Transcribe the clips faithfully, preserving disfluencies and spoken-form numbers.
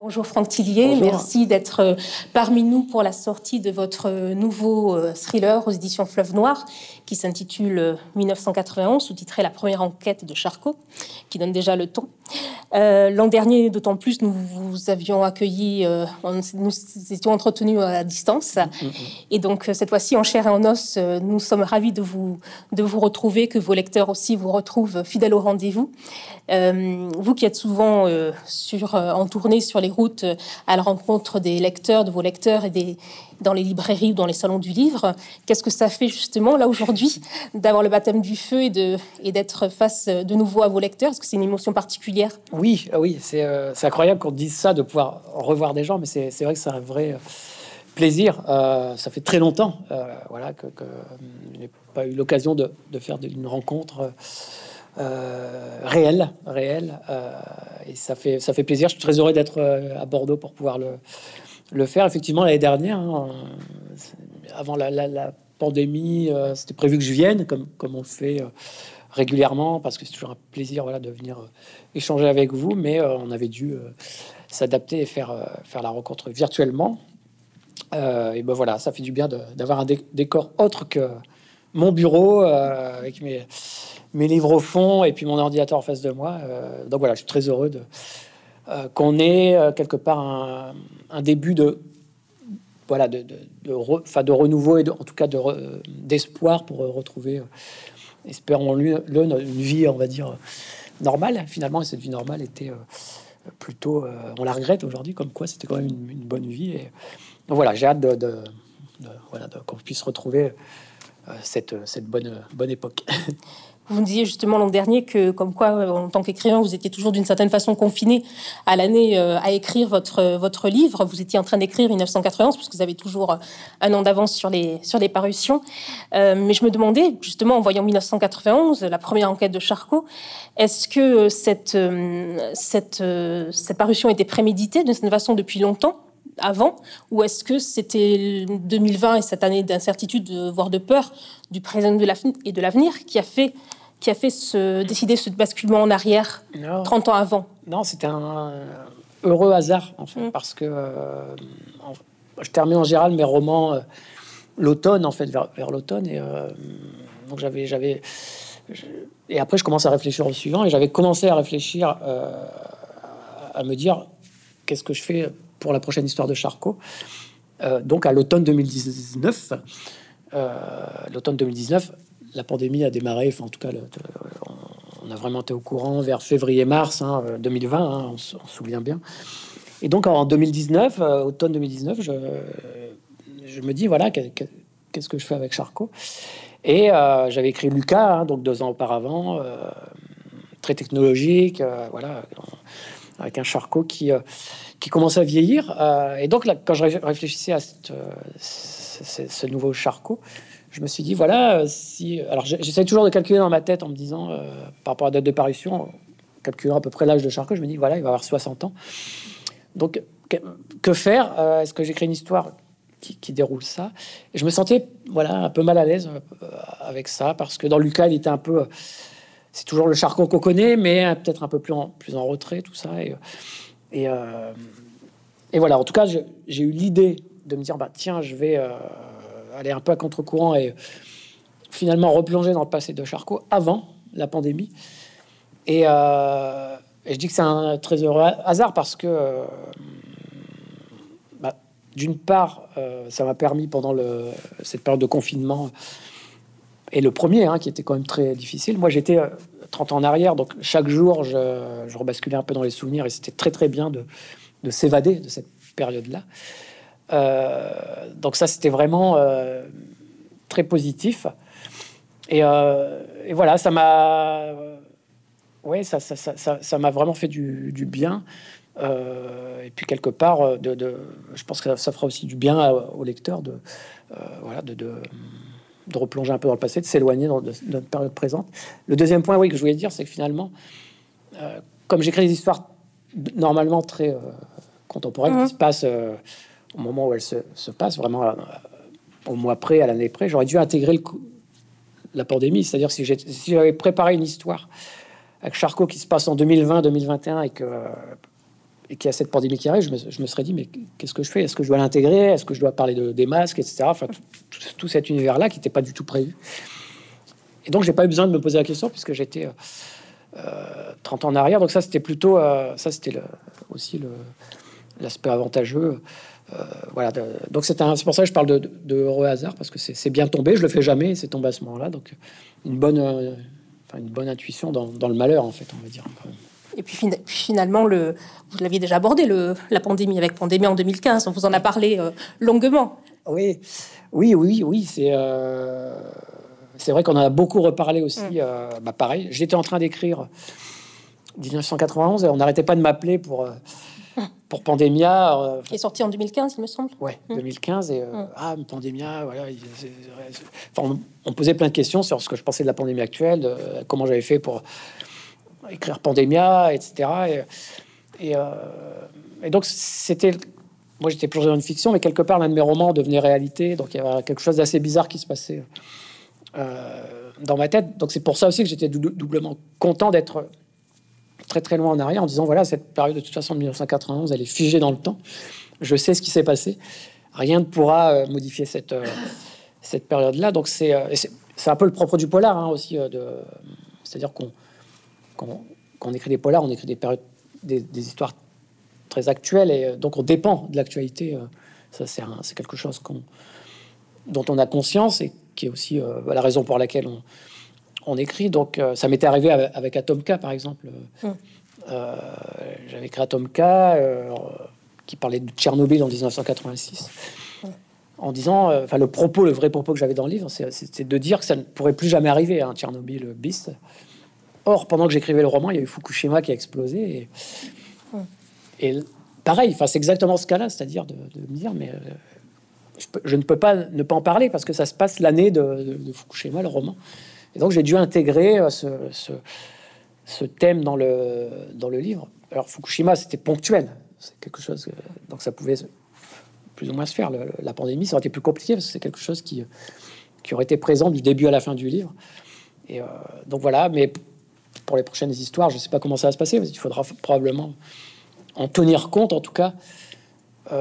Bonjour Franck Tillier, Bonjour. Merci d'être parmi nous pour la sortie de votre nouveau thriller aux éditions Fleuve Noir qui s'intitule mille neuf cent quatre-vingt-onze, sous-titré La première enquête de Charcot, qui donne déjà le ton. Euh, l'an dernier, d'autant plus, nous vous avions accueilli, euh, on, nous étions entretenus à distance. Mm-hmm. Et donc, cette fois-ci, en chair et en os, nous sommes ravis de vous, de vous retrouver, que vos lecteurs aussi vous retrouvent fidèles au rendez-vous. Euh, vous qui êtes souvent euh, sur, euh, en tournée sur les routes euh, à la rencontre des lecteurs, de vos lecteurs et des, dans les librairies ou dans les salons du livre, qu'est-ce que ça fait justement là aujourd'hui d'avoir le baptême du feu et, de, et d'être face de nouveau à vos lecteurs? Est-ce que c'est une émotion particulière? Oui, oui, c'est, euh, c'est incroyable qu'on dise ça, de pouvoir revoir des gens, mais c'est, c'est vrai que c'est un vrai plaisir. Euh, ça fait très longtemps euh, voilà, que, que je n'ai pas eu l'occasion de, de faire une rencontre Euh, réel, réel, euh, et ça fait ça fait plaisir. Je suis très heureux d'être à Bordeaux pour pouvoir le le faire. Effectivement, l'année dernière, hein, avant la, la, la pandémie, euh, c'était prévu que je vienne, comme comme on le fait euh, régulièrement, parce que c'est toujours un plaisir, voilà, de venir euh, échanger avec vous. Mais euh, on avait dû euh, s'adapter et faire euh, faire la rencontre virtuellement. Euh, et ben voilà, ça fait du bien de, d'avoir un dé- décor autre que mon bureau euh, avec mes mes livres au fond et puis mon ordinateur en face de moi. Euh, donc voilà, je suis très heureux de, euh, qu'on ait euh, quelque part un, un début de voilà de de, de, re, de renouveau et de, en tout cas de re, d'espoir pour retrouver, euh, espérons-le, le, une vie, on va dire, normale. Finalement, et cette vie normale était euh, plutôt, euh, on la regrette aujourd'hui, comme quoi c'était quand même une, une bonne vie. Et donc voilà, j'ai hâte de, de, de voilà de, qu'on puisse retrouver euh, cette cette bonne bonne époque. Vous me disiez justement l'an dernier que, comme quoi, en tant qu'écrivain, vous étiez toujours d'une certaine façon confiné à l'année euh, à écrire votre, votre livre. Vous étiez en train d'écrire mille neuf cent quatre-vingt-onze, puisque vous avez toujours un an d'avance sur les, sur les parutions. Euh, mais je me demandais, justement, en voyant mille neuf cent quatre-vingt-onze, la première enquête de Charcot, est-ce que cette, euh, cette, euh, cette parution était préméditée d'une certaine façon depuis longtemps avant, ou est-ce que c'était deux mille vingt et cette année d'incertitude, voire de peur du présent et de l'avenir qui a fait qui a fait se décider ce basculement en arrière non. trente ans avant? Non, c'était un heureux hasard, en fait, mmh. parce que euh, en, je termine en général mes romans euh, l'automne, en fait, vers, vers l'automne, et euh, donc j'avais, j'avais, je, et après je commence à réfléchir au suivant, et j'avais commencé à réfléchir, euh, à me dire qu'est-ce que je fais pour la prochaine histoire de Charcot. Euh, donc à l'automne deux mille dix-neuf, euh, l'automne deux mille dix-neuf. La pandémie a démarré, enfin en tout cas, le, on a vraiment été au courant vers février-mars hein, deux mille vingt, hein, on, se, on se souvient bien. Et donc en deux mille dix-neuf, euh, automne deux mille dix-neuf, je, je me dis voilà, qu'est-ce que je fais avec Charcot? Et euh, j'avais écrit Lucas, hein, donc deux ans auparavant, euh, très technologique, euh, voilà, avec un Charcot qui euh, qui commence à vieillir. Euh, et donc là, quand je réfléchissais à cette, euh, ce, ce nouveau Charcot, je me suis dit, voilà, si... Alors, j'essaie toujours de calculer dans ma tête en me disant, euh, par rapport à la date de parution, calculant à peu près l'âge de Charcot, je me dis, voilà, il va avoir soixante ans. Donc, que, que faire? euh, Est-ce que j'écris une histoire qui, qui déroule ça? Et je me sentais, voilà, un peu mal à l'aise euh, avec ça, parce que dans Lucas, il était un peu... Euh, c'est toujours le Charcot qu'on connaît, mais peut-être un peu plus en, plus en retrait, tout ça. Et, et, euh, et voilà, en tout cas, je, j'ai eu l'idée de me dire, bah, tiens, je vais... Euh, aller un peu à contre-courant et finalement replonger dans le passé de Charcot avant la pandémie. Et, euh, et je dis que c'est un très heureux hasard parce que, euh, bah, d'une part, euh, ça m'a permis pendant le, cette période de confinement, et le premier, hein, qui était quand même très difficile. Moi, j'étais euh, trente ans en arrière, donc chaque jour, je, je rebasculais un peu dans les souvenirs et c'était très, très bien de, de s'évader de cette période-là. Euh, donc ça, c'était vraiment euh, très positif. Et, euh, et voilà, ça m'a, ouais, ça, ça, ça, ça, ça m'a vraiment fait du, du bien. Euh, et puis quelque part, de, de, je pense que ça fera aussi du bien au lecteur de, euh, voilà, de, de, de replonger un peu dans le passé, de s'éloigner dans de, de notre période présente. Le deuxième point, oui, que je voulais dire, c'est que finalement, euh, comme j'écris des histoires normalement très euh, contemporaines, mmh. qui se passent euh, au moment où elles se, se passent, vraiment euh, au mois près, à l'année près, j'aurais dû intégrer le coup, la pandémie. C'est-à-dire si, j'ai, si j'avais préparé une histoire avec Charcot qui se passe en deux mille vingt deux mille vingt et un et que euh, et qu'il y a cette pandémie qui arrive, je me, je me serais dit, mais qu'est-ce que je fais? Est-ce que je dois l'intégrer? Est-ce que je dois parler de, des masques, et cetera. Enfin, tout, tout, tout cet univers-là qui n'était pas du tout prévu. Et donc, j'ai pas eu besoin de me poser la question puisque j'étais euh, euh, trente ans en arrière. Donc ça, c'était plutôt... Euh, ça, c'était le, aussi le, l'aspect avantageux. Euh, voilà. De, donc, c'est, un, c'est pour ça que je parle de, de, de heureux hasard, parce que c'est, c'est bien tombé. Je le fais jamais, c'est tombé à ce moment-là. Donc, une bonne, euh, enfin, une bonne intuition dans, dans le malheur, en fait, on va dire. Et puis, fin- puis finalement, le, vous l'aviez déjà abordé, le, la pandémie, avec Pandémie en deux mille quinze. On vous en a parlé euh, longuement. Oui, oui, oui, oui. C'est, euh, c'est vrai qu'on en a beaucoup reparlé aussi. Mm. Euh, bah, pareil, j'étais en train d'écrire dix-neuf cent quatre-vingt-onze et on n'arrêtait pas de m'appeler pour, euh, pour Pandémia. Euh, Qui est sorti en deux mille quinze, il me semble. Ouais, mm. deux mille quinze. Et, euh, mm. Ah, Pandémia, voilà. C'est, c'est, enfin, on, on posait plein de questions sur ce que je pensais de la pandémie actuelle, de, comment j'avais fait pour écrire Pandémia, et cetera. Et, et, euh, et donc, c'était... Moi, j'étais plongé dans une fiction, mais quelque part, l'un de mes romans devenait réalité. Donc, il y avait quelque chose d'assez bizarre qui se passait euh, dans ma tête. Donc, c'est pour ça aussi que j'étais dou- doublement content d'être très, très loin en arrière, en disant, voilà, cette période, de toute façon, de dix-neuf cent quatre-vingt-onze, elle est figée dans le temps. Je sais ce qui s'est passé. Rien ne pourra euh, modifier cette, euh, cette période-là. Donc, c'est, euh, c'est, c'est un peu le propre du polar, hein, aussi. Euh, de, c'est-à-dire qu'on Quand, quand on écrit des polars, on écrit des périodes, des, des histoires très actuelles, et donc on dépend de l'actualité. Ça, c'est, un, c'est quelque chose qu'on, dont on a conscience et qui est aussi euh, la raison pour laquelle on, on écrit. Donc, euh, ça m'était arrivé avec, avec Atomka, par exemple. Mmh. Euh, j'avais écrit Atomka, euh, qui parlait de Tchernobyl en dix-neuf cent quatre-vingt-six, mmh. en disant, enfin, euh, le propos, le vrai propos que j'avais dans le livre, c'est, c'est de dire que ça ne pourrait plus jamais arriver, un hein, Tchernobyl bis. Or, pendant que j'écrivais le roman, il y a eu Fukushima qui a explosé. Et, mmh. et pareil, c'est exactement ce cas-là, c'est-à-dire de, de me dire, mais euh, je, peux, je ne peux pas ne pas en parler parce que ça se passe l'année de, de, de Fukushima, le roman. Et donc, j'ai dû intégrer euh, ce, ce, ce thème dans le, dans le livre. Alors, Fukushima, c'était ponctuel. C'est quelque chose... Euh, donc, ça pouvait plus ou moins se faire. Le, la pandémie, ça aurait été plus compliqué parce que c'est quelque chose qui, qui aurait été présent du début à la fin du livre. Et euh, donc, voilà, mais... Pour les prochaines histoires, je ne sais pas comment ça va se passer, mais il faudra probablement en tenir compte, en tout cas, euh,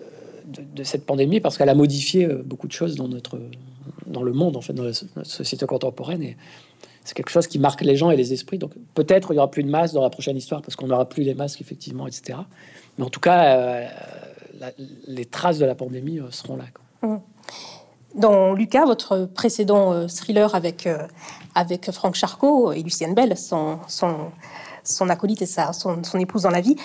de, de cette pandémie, parce qu'elle a modifié beaucoup de choses dans notre, dans le monde, en fait, dans la, notre société contemporaine, et c'est quelque chose qui marque les gens et les esprits. Donc peut-être il y aura plus de masques dans la prochaine histoire, parce qu'on n'aura plus les masques, effectivement, et cetera. Mais en tout cas, euh, la, les traces de la pandémie euh, seront là, quoi. Mmh. Dans Lucas, votre précédent euh, thriller avec, euh, avec Franck Charcot et Lucienne Bell, son, son, son acolyte et sa, son, son épouse dans la vie,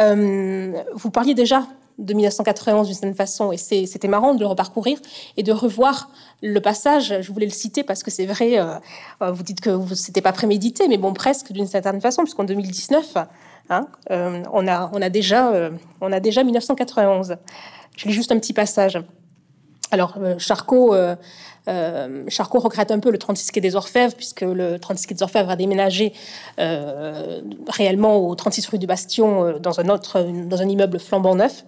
euh, vous parliez déjà de dix-neuf cent quatre-vingt-onze d'une certaine façon, et c'est, c'était marrant de le reparcourir et de revoir le passage. Je voulais le citer parce que c'est vrai, euh, vous dites que vous, c'était pas prémédité, mais bon, presque d'une certaine façon, puisqu'en deux mille dix-neuf, hein, euh, on, a, on, a déjà, euh, on a déjà dix-neuf cent quatre-vingt-onze. Je lis juste un petit passage. Alors, euh, Charcot, euh, euh, Charcot regrette un peu le trente-six quai des Orfèvres, puisque le trente-six quai des Orfèvres a déménagé euh, réellement au trente-six rue du Bastion, euh, dans un autre, dans un immeuble flambant neuf.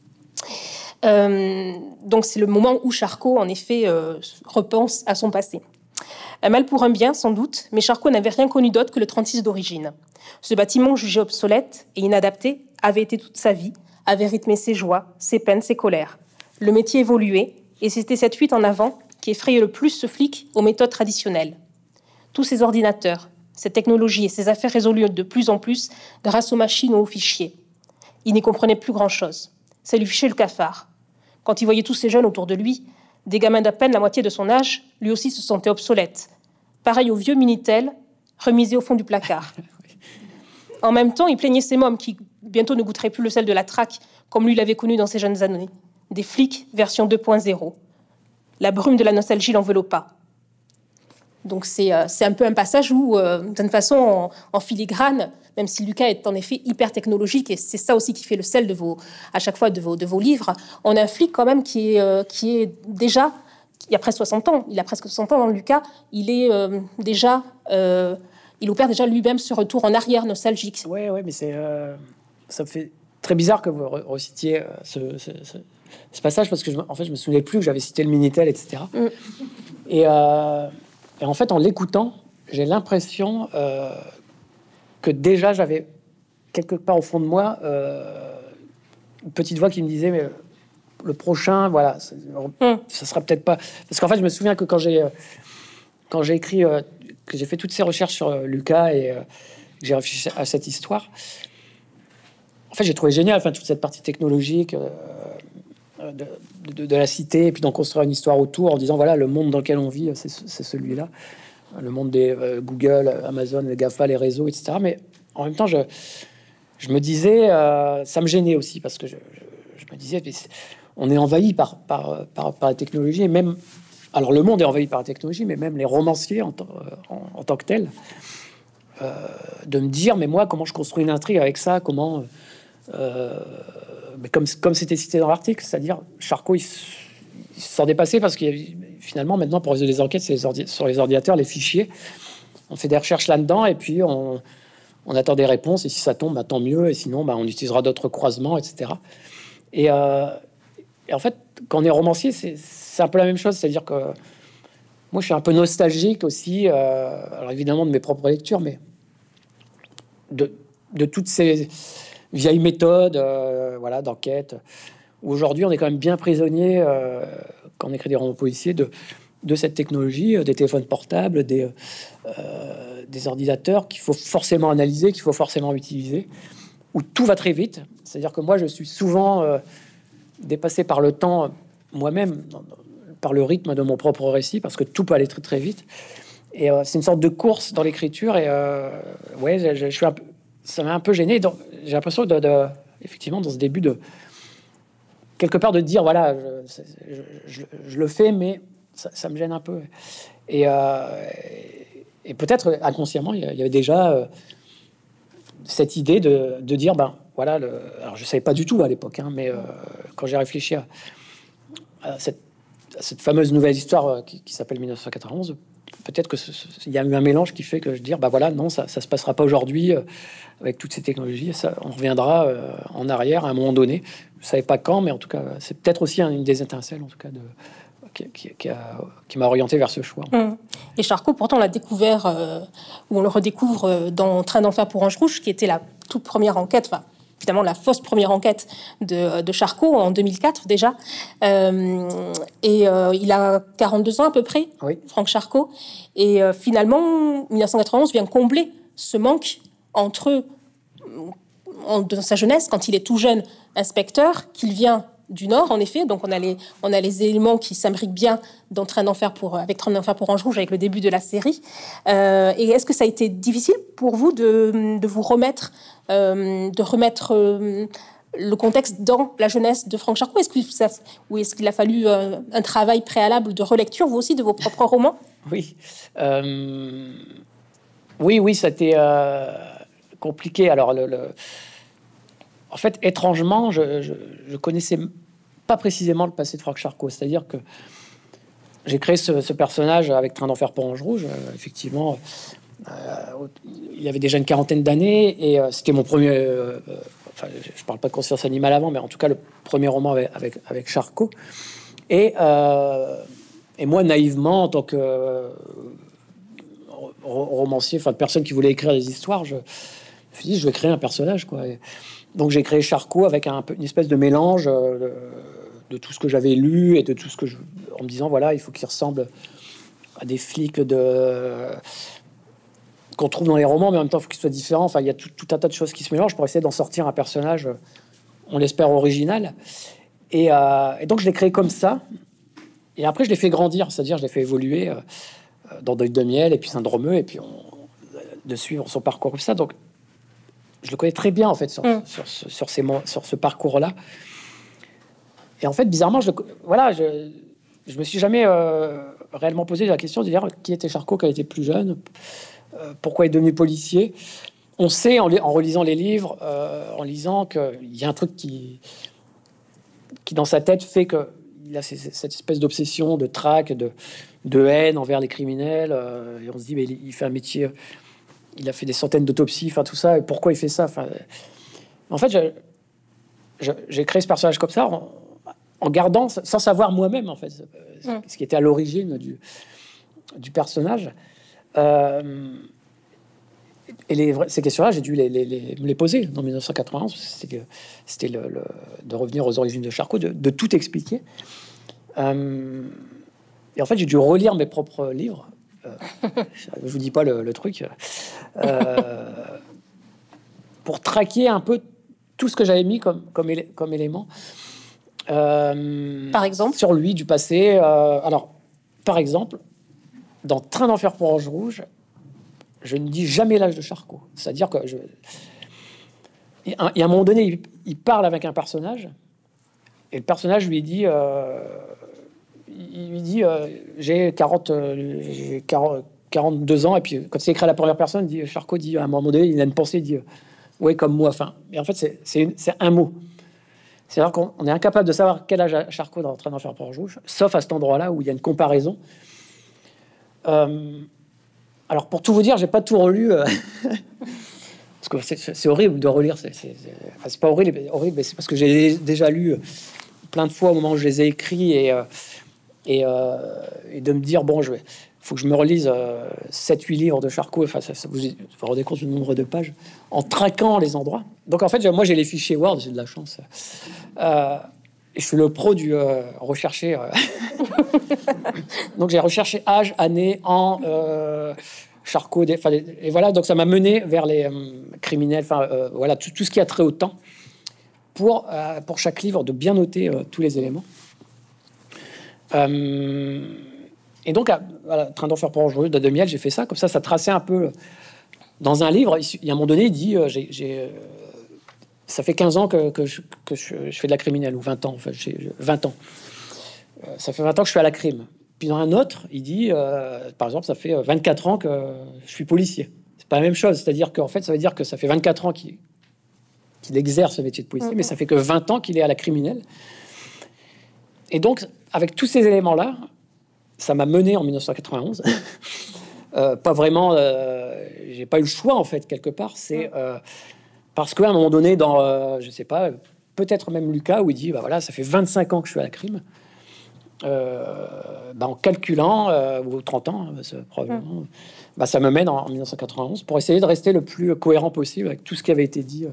Euh, donc, c'est le moment où Charcot, en effet, euh, repense à son passé. Un mal pour un bien, sans doute, mais Charcot n'avait rien connu d'autre que le trente-six d'origine. Ce bâtiment, jugé obsolète et inadapté, avait été toute sa vie, avait rythmé ses joies, ses peines, ses colères. Le métier évoluait, et c'était cette fuite en avant qui effrayait le plus ce flic aux méthodes traditionnelles. Tous ces ordinateurs, cette technologie et ces affaires résolues de plus en plus grâce aux machines ou aux fichiers. Il n'y comprenait plus grand-chose. Ça lui fichait le cafard. Quand il voyait tous ces jeunes autour de lui, des gamins d'à peine la moitié de son âge, lui aussi se sentait obsolète. Pareil au vieux Minitel, remisé au fond du placard. En même temps, il plaignait ces mômes qui bientôt ne goûteraient plus le sel de la traque comme lui l'avait connu dans ses jeunes années. Des flics version deux point zéro. La brume de la nostalgie l'enveloppa. Donc c'est, euh, c'est un peu un passage où, euh, d'une façon, en, en filigrane, même si Lucas est en effet hyper technologique, et c'est ça aussi qui fait le sel de vos, à chaque fois de vos, de vos livres, on a un flic quand même qui est, euh, qui est déjà, il a presque soixante ans, il a presque soixante ans dans Lucas, il est euh, déjà, euh, il opère déjà lui-même ce retour en arrière nostalgique. Ouais, ouais, mais c'est, euh, ça me fait très bizarre que vous recitiez euh, ce, ce, ce... ce passage, parce que je, en fait je me souvenais plus que j'avais cité le Minitel, et cetera. Mm. Et, euh, et en fait, en l'écoutant, j'ai l'impression euh, que déjà j'avais quelque part au fond de moi, euh, une petite voix qui me disait, mais le prochain, voilà, mm. ça sera peut-être pas... Parce qu'en fait, je me souviens que quand j'ai, quand j'ai écrit, euh, que j'ai fait toutes ces recherches sur euh, Lucas et euh, que j'ai réfléchi à cette histoire, en fait, j'ai trouvé génial, enfin, toute cette partie technologique euh, de, de, de la cité, et puis d'en construire une histoire autour en disant, voilà, le monde dans lequel on vit, c'est, c'est celui-là. Le monde des euh, Google, Amazon, les GAFA, les réseaux, et cetera. Mais en même temps, je, je me disais, euh, ça me gênait aussi, parce que je, je, je me disais, on est envahi par, par, par, par la technologie, et même, alors le monde est envahi par la technologie, mais même les romanciers en, en, en tant que tels, euh, de me dire, mais moi, comment je construis une intrigue avec ça, comment... Euh, mais comme comme c'était cité dans l'article, c'est-à-dire Charcot, il, il s'en dépassait parce que finalement maintenant pour résoudre les enquêtes, c'est les ordi- sur les ordinateurs, les fichiers. On fait des recherches là-dedans et puis on, on attend des réponses et si ça tombe, bah, tant mieux. Et sinon, bah, on utilisera d'autres croisements, et cetera. Et, euh, et en fait, quand on est romancier, c'est, c'est un peu la même chose, c'est-à-dire que moi, je suis un peu nostalgique aussi, euh, alors évidemment de mes propres lectures, mais de, de toutes ces vieilles méthodes, euh, voilà, d'enquête. Où aujourd'hui, on est quand même bien prisonnier, euh, quand on écrit des romans policiers, de, de cette technologie, euh, des téléphones portables, des, euh, des ordinateurs qu'il faut forcément analyser, qu'il faut forcément utiliser, où tout va très vite. C'est-à-dire que moi, je suis souvent euh, dépassé par le temps, moi-même, par le rythme de mon propre récit, parce que tout peut aller très très vite. Et euh, c'est une sorte de course dans l'écriture. Et euh, ouais, je, je, je suis un peu, ça m'a un peu gêné. Donc, j'ai l'impression de, de, effectivement, dans ce début de quelque part de dire voilà, je, je, je, je le fais, mais ça, ça me gêne un peu. Et, euh, et peut-être inconsciemment, il y avait déjà euh, cette idée de, de dire ben voilà, le, alors je savais pas du tout à l'époque, hein, mais euh, quand j'ai réfléchi à, à, cette, à cette fameuse nouvelle histoire qui, qui s'appelle dix-neuf cent quatre-vingt-onze, peut-être que il y a eu un mélange qui fait que je dire bah voilà, non, ça, ça se passera pas aujourd'hui euh, avec toutes ces technologies. Ça, on reviendra euh, en arrière à un moment donné. Je savais pas quand, mais en tout cas, c'est peut-être aussi une des étincelles, en tout cas, de, qui, qui, qui, a, qui m'a orienté vers ce choix. Mmh. Et Charcot, pourtant, on l'a découvert, euh, ou on le redécouvre dans Train d'enfer pour Ange Rouge, qui était la toute première enquête, enfin, évidemment la fausse première enquête de, de Charcot en deux mille quatre déjà. Euh, et euh, il a quarante-deux ans à peu près, oui. Franck Charcot. Et euh, finalement, dix-neuf cent quatre-vingt-onze vient combler ce manque entre, en, dans sa jeunesse, quand il est tout jeune inspecteur, qu'il vient du Nord, en effet. Donc, on a les, on a les éléments qui s'imbriquent bien dans Train d'enfer pour, avec Train d'enfer pour Ange Rouge, avec le début de la série. Euh, et est-ce que ça a été difficile pour vous de, de vous remettre, euh, de remettre euh, le contexte dans la jeunesse de Franck Charcot? Est-ce que ça, ou est-ce qu'il a fallu euh, un travail préalable de relecture, vous aussi, de vos propres romans? Oui. Euh... Oui, oui, ça a été euh, compliqué. Alors, le... le... En fait, étrangement, je, je, je connaissais pas précisément le passé de Franck Charcot. C'est-à-dire que j'ai créé ce, ce personnage avec Train d'enfer pour Ange Rouge. Euh, effectivement, euh, il avait déjà une quarantaine d'années et euh, c'était mon premier. Euh, euh, enfin, je parle pas de conscience animale avant, mais en tout cas le premier roman avec avec, avec Charcot. Et euh, et moi, naïvement, en tant que euh, romancier, enfin de personne qui voulait écrire des histoires, je me suis dit je vais créer un personnage, quoi. Et, donc j'ai créé Charcot avec un peu une espèce de mélange euh, de tout ce que j'avais lu et de tout ce que je, en me disant voilà, il faut qu'il ressemble à des flics de qu'on trouve dans les romans, mais en même temps il faut qu'il soit différent. Enfin, il y a tout, tout un tas de choses qui se mélangent pour essayer d'en sortir un personnage, on l'espère, original. Et, euh, et donc je l'ai créé comme ça. Et après je l'ai fait grandir, c'est-à-dire je l'ai fait évoluer euh, dans Deuil de miel et puis Syndromeux et puis on, de suivre son parcours comme ça. Donc je le connais très bien, en fait, sur, mmh. sur, sur, sur, ces, sur ce parcours-là. Et en fait, bizarrement, je, voilà, je, je me suis jamais euh, réellement posé la question de dire qui était Charcot quand il était plus jeune, euh, pourquoi il est devenu policier. On sait, en, en relisant les livres, euh, en lisant qu'il y a un truc qui, qui, dans sa tête, fait qu'il a ces, cette espèce d'obsession, de traque, de, de haine envers les criminels. Euh, et on se dit, mais il, il fait un métier... Il a fait des centaines d'autopsies, enfin tout ça. Et pourquoi il fait ça? Enfin, en fait, je, je, j'ai créé ce personnage comme ça en, en gardant, sans savoir moi-même en fait, mm. ce qui était à l'origine du, du personnage. Euh, et les, ces questions-là, j'ai dû les, les, les, me les poser en mille neuf cent quatre-vingt-onze. C'était, c'était le, le, de revenir aux origines de Charcot, de, de tout expliquer. Euh, et en fait, j'ai dû relire mes propres livres. Euh, je vous dis pas le, le truc. Euh, pour traquer un peu tout ce que j'avais mis comme, comme, élé- comme élément. Euh, Par exemple sur lui, du passé. Euh, alors, par exemple, dans Train d'enfer pour Ange Rouge, je ne dis jamais l'âge de Charcot. C'est-à-dire que je... Il y a un moment donné, il, il parle avec un personnage, et le personnage lui dit, euh, il lui dit, euh, j'ai quarante, euh, j'ai quarante, quarante-deux ans, et puis quand c'est écrit à la première personne, il dit, Charcot dit à un moment donné, il a une pensée, il dit, oui, comme moi. Enfin, et en fait, c'est, c'est, une, c'est un mot. C'est-à-dire qu'on on est incapable de savoir quel âge a Charcot dans Train d'enfer pour Ange Rouge, sauf à cet endroit-là où il y a une comparaison. Euh, alors, pour tout vous dire, j'ai pas tout relu. Euh... Parce que c'est, c'est horrible de relire. C'est, c'est, c'est... Enfin, c'est pas horrible, horrible, mais c'est parce que j'ai déjà lu plein de fois au moment où je les ai écrits et, euh, et, euh, et de me dire, bon, je vais... faut que je me relise euh, sept huit livres de Charcot. Enfin, ça, ça vous, vous vous rendez compte du nombre de pages en traquant les endroits. Donc, en fait, moi, j'ai les fichiers Word, j'ai de la chance. Euh, et je suis le pro du euh, rechercher. Euh... Donc, j'ai recherché âge, année, an, euh, Charcot. Des, des, et voilà, donc ça m'a mené vers les euh, criminels. Enfin, euh, voilà, tout, tout ce qui a trait au temps. Pour, euh, pour chaque livre, de bien noter euh, tous les éléments. Euh, et donc, à, voilà, Train d'enfer pour Ange Rouge de Demiel, j'ai fait ça. Comme ça, ça traçait un peu. Dans un livre, il y a un moment donné, il dit euh, j'ai, j'ai, euh, ça fait quinze ans que, que, je, que je, je fais de la criminelle, ou vingt ans, enfin, j'ai vingt ans. Euh, ça fait vingt ans que je suis à la crime. Puis dans un autre, il dit, euh, par exemple, ça fait vingt-quatre ans que je suis policier. C'est pas la même chose. C'est-à-dire qu'en fait, ça veut dire que ça fait vingt-quatre ans qu'il, qu'il exerce ce métier de policier, mmh. mais ça fait que vingt ans qu'il est à la criminelle. Et donc, avec tous ces éléments-là, ça m'a mené en mille neuf cent quatre-vingt-onze. euh, pas vraiment... Euh, j'ai pas eu le choix, en fait, quelque part. C'est... Euh, Parce qu'à un moment donné, dans, euh, je sais pas, peut-être même Lucas, où il dit, bah voilà, ça fait vingt-cinq ans que je suis à la crime. Euh, bah en calculant, euh, ou trente ans, bah, probablement, mmh. bah, ça me mène en, en mille neuf cent quatre-vingt-onze pour essayer de rester le plus cohérent possible avec tout ce qui avait été dit euh,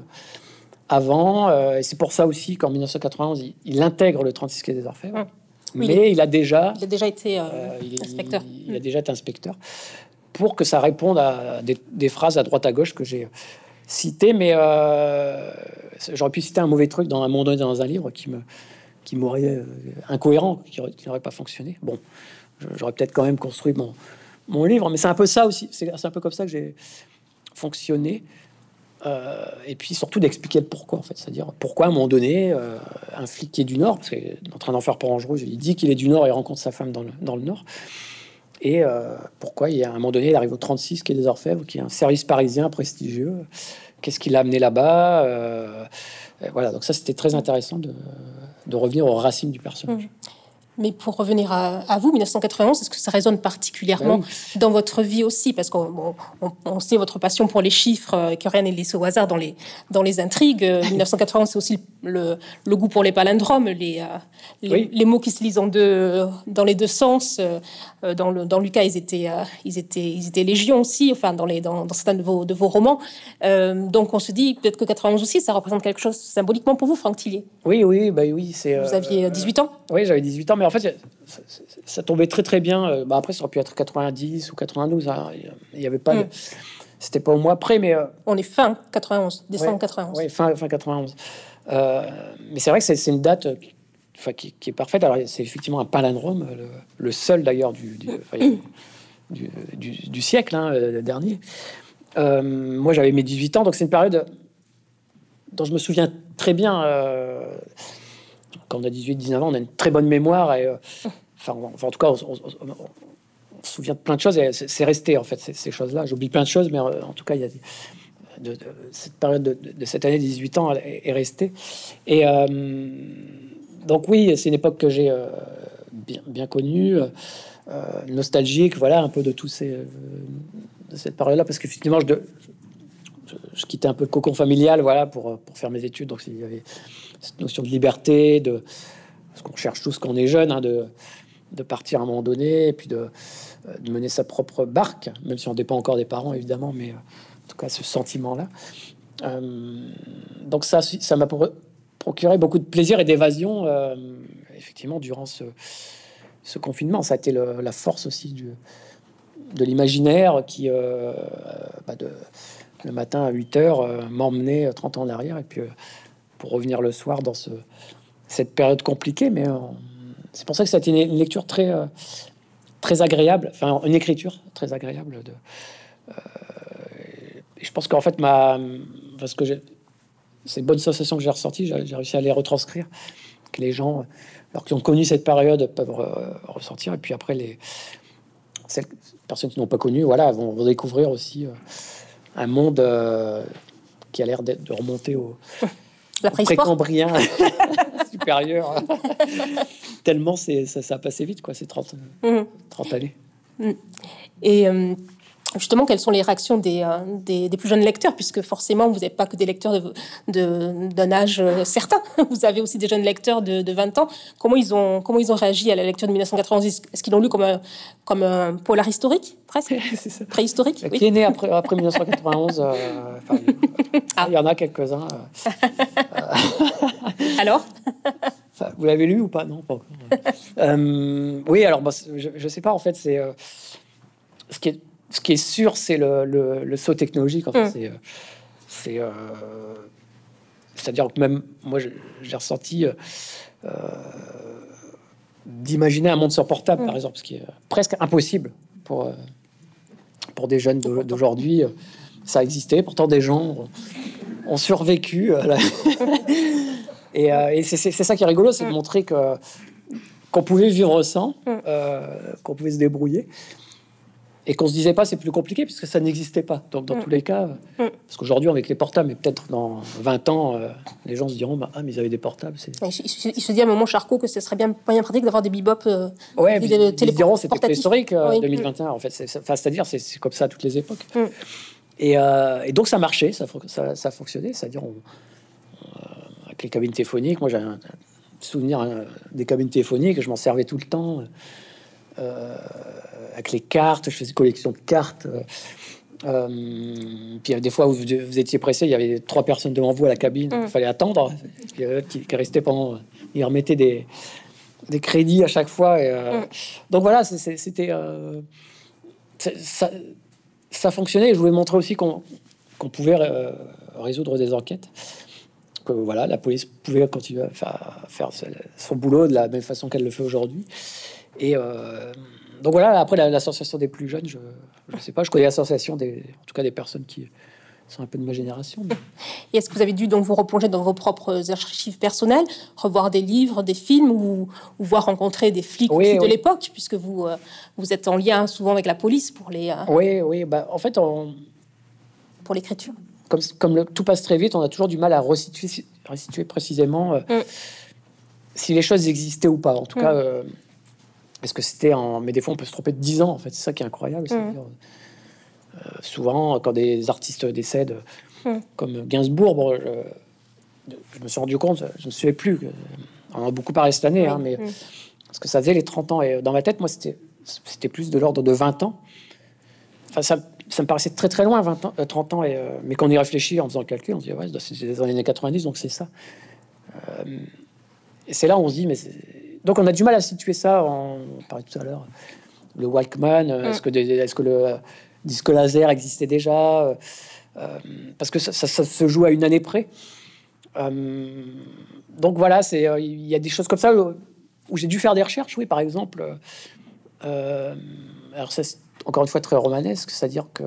avant. Euh, et c'est pour ça aussi qu'en mille neuf cent quatre-vingt-onze, il, il intègre le trente-six quai des Orfèvres. Mmh. Oui, mais il, il a déjà... Il a déjà été euh, euh, il, inspecteur. Il, il, il a déjà été inspecteur. Pour que ça réponde à des, des phrases à droite à gauche que j'ai... cité, mais euh, j'aurais pu citer un mauvais truc dans un moment donné dans un livre qui me qui m'aurait euh, incohérent, qui n'aurait pas fonctionné. Bon, j'aurais peut-être quand même construit mon mon livre, mais c'est un peu ça aussi. C'est, c'est un peu comme ça que j'ai fonctionné. Euh, et puis surtout d'expliquer le pourquoi, en fait, c'est-à-dire pourquoi à un moment donné euh, un flic qui est du Nord, parce que dans Train d'enfer pour Ange Rouge, il dit qu'il est du Nord et rencontre sa femme dans le dans le Nord. Et euh, pourquoi, il y a un moment donné, il arrive au trente-six quai des Orfèvres, qui est un service parisien prestigieux. Qu'est-ce qui l'a amené là-bas euh, Voilà, donc ça, c'était très intéressant de, de revenir aux racines du personnage. Mmh. Mais pour revenir à, à vous, mille neuf cent quatre-vingt-onze, est-ce que ça résonne particulièrement ben oui. dans votre vie aussi? Parce qu'on on, on sait votre passion pour les chiffres, euh, que rien n'est laissé au hasard dans les, dans les intrigues. Euh, mille neuf cent quatre-vingt-onze, c'est aussi le, le goût pour les palindromes, les, euh, les, oui. les mots qui se lisent en deux, dans les deux sens. Euh, dans, le, dans Lucas, ils étaient, euh, ils, étaient, ils étaient légion aussi, enfin, dans, les, dans, dans certains de vos, de vos romans. Euh, donc on se dit peut-être que quatre-vingt-onze aussi, ça représente quelque chose symboliquement pour vous, Franck Thillier. Oui, oui, bah oui. C'est, vous aviez dix-huit ans? euh, Oui, j'avais dix-huit ans. Mais en fait, ça, ça, ça tombait très très bien. Bah, après, ça aurait pu être quatre-vingt-dix ou quatre-vingt-douze. Hein. Il n'y avait pas. Mm. De... C'était pas au mois près, mais. Euh... On est fin quatre-vingt-onze, décembre ouais, quatre-vingt-onze. Oui, fin, fin quatre-vingt-onze. Euh, mais c'est vrai que c'est, c'est une date qui, enfin, qui, qui est parfaite. Alors, c'est effectivement un palindrome, le, le seul d'ailleurs du, du, enfin, du, du, du siècle hein, le dernier. Euh, moi, j'avais mes dix-huit ans, donc c'est une période dont je me souviens très bien. Euh, quand on a dix-huit dix-neuf ans, on a une très bonne mémoire. Et, euh, enfin, enfin, en tout cas, on, on, on, on se souvient de plein de choses et c'est, c'est resté, en fait, ces, ces choses-là. J'oublie plein de choses, mais euh, en tout cas, il y a des, de, de, cette période de, de, de cette année dix-huit ans est, est restée. Et euh, donc, oui, c'est une époque que j'ai euh, bien, bien connue, euh, nostalgique, voilà, un peu de, tous ces, euh, de cette période-là, parce qu'effectivement, je, je, je quittais un peu le cocon familial, voilà, pour, pour faire mes études. Donc, il y avait cette notion de liberté, de ce qu'on cherche tous quand on est jeune, hein, de, de partir à un moment donné, et puis de, de mener sa propre barque, même si on dépend encore des parents, évidemment, mais tout cas ce sentiment-là. Euh, donc ça, ça m'a procuré beaucoup de plaisir et d'évasion, euh, effectivement, durant ce, ce confinement. Ça a été le, la force aussi du, de l'imaginaire qui, euh, bah de, le matin à huit heures, euh, m'emmenait trente ans en arrière, et puis euh, pour revenir le soir dans ce, cette période compliquée. Mais euh, c'est pour ça que ça a été une, une lecture très, euh, très agréable, enfin une écriture très agréable. De, euh, et je pense qu'en fait, ma, parce que j'ai, ces bonnes sensations que j'ai ressorties, j'ai, j'ai réussi à les retranscrire, que les gens, alors qui ont connu cette période, peuvent re, ressortir. Et puis après, les celles, personnes qui n'ont pas connu, voilà, vont, vont découvrir aussi euh, un monde euh, qui a l'air de remonter au, la au précambrien supérieur. Tellement c'est, ça, ça a passé vite, quoi, ces trente, mmh. trente années. Mmh. Et euh, justement, quelles sont les réactions des, euh, des, des plus jeunes lecteurs, puisque forcément, vous n'êtes pas que des lecteurs de, de, d'un âge certain. Vous avez aussi des jeunes lecteurs de, de vingt ans. Comment ils, ont, comment ils ont réagi à la lecture de mille neuf cent quatre-vingt-dix? Est-ce qu'ils l'ont lu comme un, comme un polar historique, presque? C'est ça. Préhistorique, qui oui. est né après, après mille neuf cent quatre-vingt-onze. Euh, enfin, ah. Il y en a quelques-uns. Euh, Alors enfin, vous l'avez lu ou pas? Non, pas encore. euh, oui, alors, bah, je ne sais pas, en fait, c'est... Euh, ce qui est... Ce qui est sûr, c'est le, le, le saut technologique. En fait. mmh. C'est, c'est, euh, c'est-à-dire que même moi, j'ai, j'ai ressenti euh, d'imaginer un monde sur portable, mmh. par exemple, ce qui est presque impossible pour, euh, pour des jeunes de, d'aujourd'hui. Ça a existé, pourtant des gens ont, ont survécu. Euh, et, euh, et c'est, c'est, c'est ça qui est rigolo, c'est mmh. de montrer que, qu'on pouvait vivre sans, mmh. euh, qu'on pouvait se débrouiller. Et qu'on se disait pas c'est plus compliqué puisque ça n'existait pas. Donc dans mmh. tous les cas, mmh. parce qu'aujourd'hui avec les portables, mais peut-être dans vingt ans, euh, les gens se diront bah, ah mais ils avaient des portables. C'est... Il, il, il se dit à un moment Charcot que ce serait bien bien pratique d'avoir des bebop. Euh, ouais, des, des ils diront c'était préhistorique euh, oui. deux mille vingt et un en fait. C'est, c'est, c'est-à-dire c'est, c'est comme ça à toutes les époques. Mmh. Et, euh, et donc ça marchait, ça ça, ça fonctionnait. C'est-à-dire on, euh, avec les cabines téléphoniques, moi j'ai un, un souvenir hein, des cabines téléphoniques, je m'en servais tout le temps. Euh, avec les cartes, je faisais collection de cartes. Euh, puis des fois, vous, vous étiez pressé, il y avait trois personnes devant vous à la cabine, il mmh. fallait attendre. Il y avait qui, qui restait pendant, ils remettaient des, des crédits à chaque fois. Et, euh, mmh. Donc voilà, c'est, c'était euh, c'est, ça, ça fonctionnait. Et je voulais montrer aussi qu'on, qu'on pouvait euh, résoudre des enquêtes. Que voilà, la police pouvait continuer à faire, faire son boulot de la même façon qu'elle le fait aujourd'hui. Et euh, donc voilà, après la, l'association des plus jeunes, je ne sais pas, je connais l'association des, en tout cas des personnes qui sont un peu de ma génération. Mais... Et est-ce que vous avez dû donc vous replonger dans vos propres archives personnelles, revoir des livres, des films, ou, ou voir rencontrer des flics oui, de oui. l'époque, puisque vous, euh, vous êtes en lien souvent avec la police pour les... Euh... Oui, oui, bah, en fait... On... Pour l'écriture. Comme, comme le, tout passe très vite, on a toujours du mal à resituer, resituer précisément euh, mm. si les choses existaient ou pas. En tout mm. cas... Euh, Est-ce que c'était en... Mais des fois, on peut se tromper de dix ans, en fait. C'est ça qui est incroyable. Mmh. Euh, souvent, quand des artistes décèdent, mmh. comme Gainsbourg, bon, je... je me suis rendu compte, je ne me souviens plus. On en a beaucoup parlé cette année, oui. hein, mais... Mmh. Parce que ça faisait les trente ans. Et dans ma tête, moi, c'était, c'était plus de l'ordre de vingt ans. Enfin, ça, ça me paraissait très, très loin, vingt ans, euh, trente ans. Et, euh... Mais quand on y réfléchit, en faisant le calcul, on se dit, ouais, c'est dans les années quatre-vingt-dix, donc c'est ça. Euh... Et c'est là où on se dit, mais... C'est... Donc on a du mal à situer ça. On parlait tout à l'heure, le Walkman. Mm. Est-ce que, des, est-ce que le disque laser existait déjà? euh, Parce que ça, ça, ça se joue à une année près. Euh, donc voilà, c'est il y a des choses comme ça où, où j'ai dû faire des recherches. Oui, par exemple. Euh, alors ça, c'est encore une fois très romanesque, c'est-à-dire que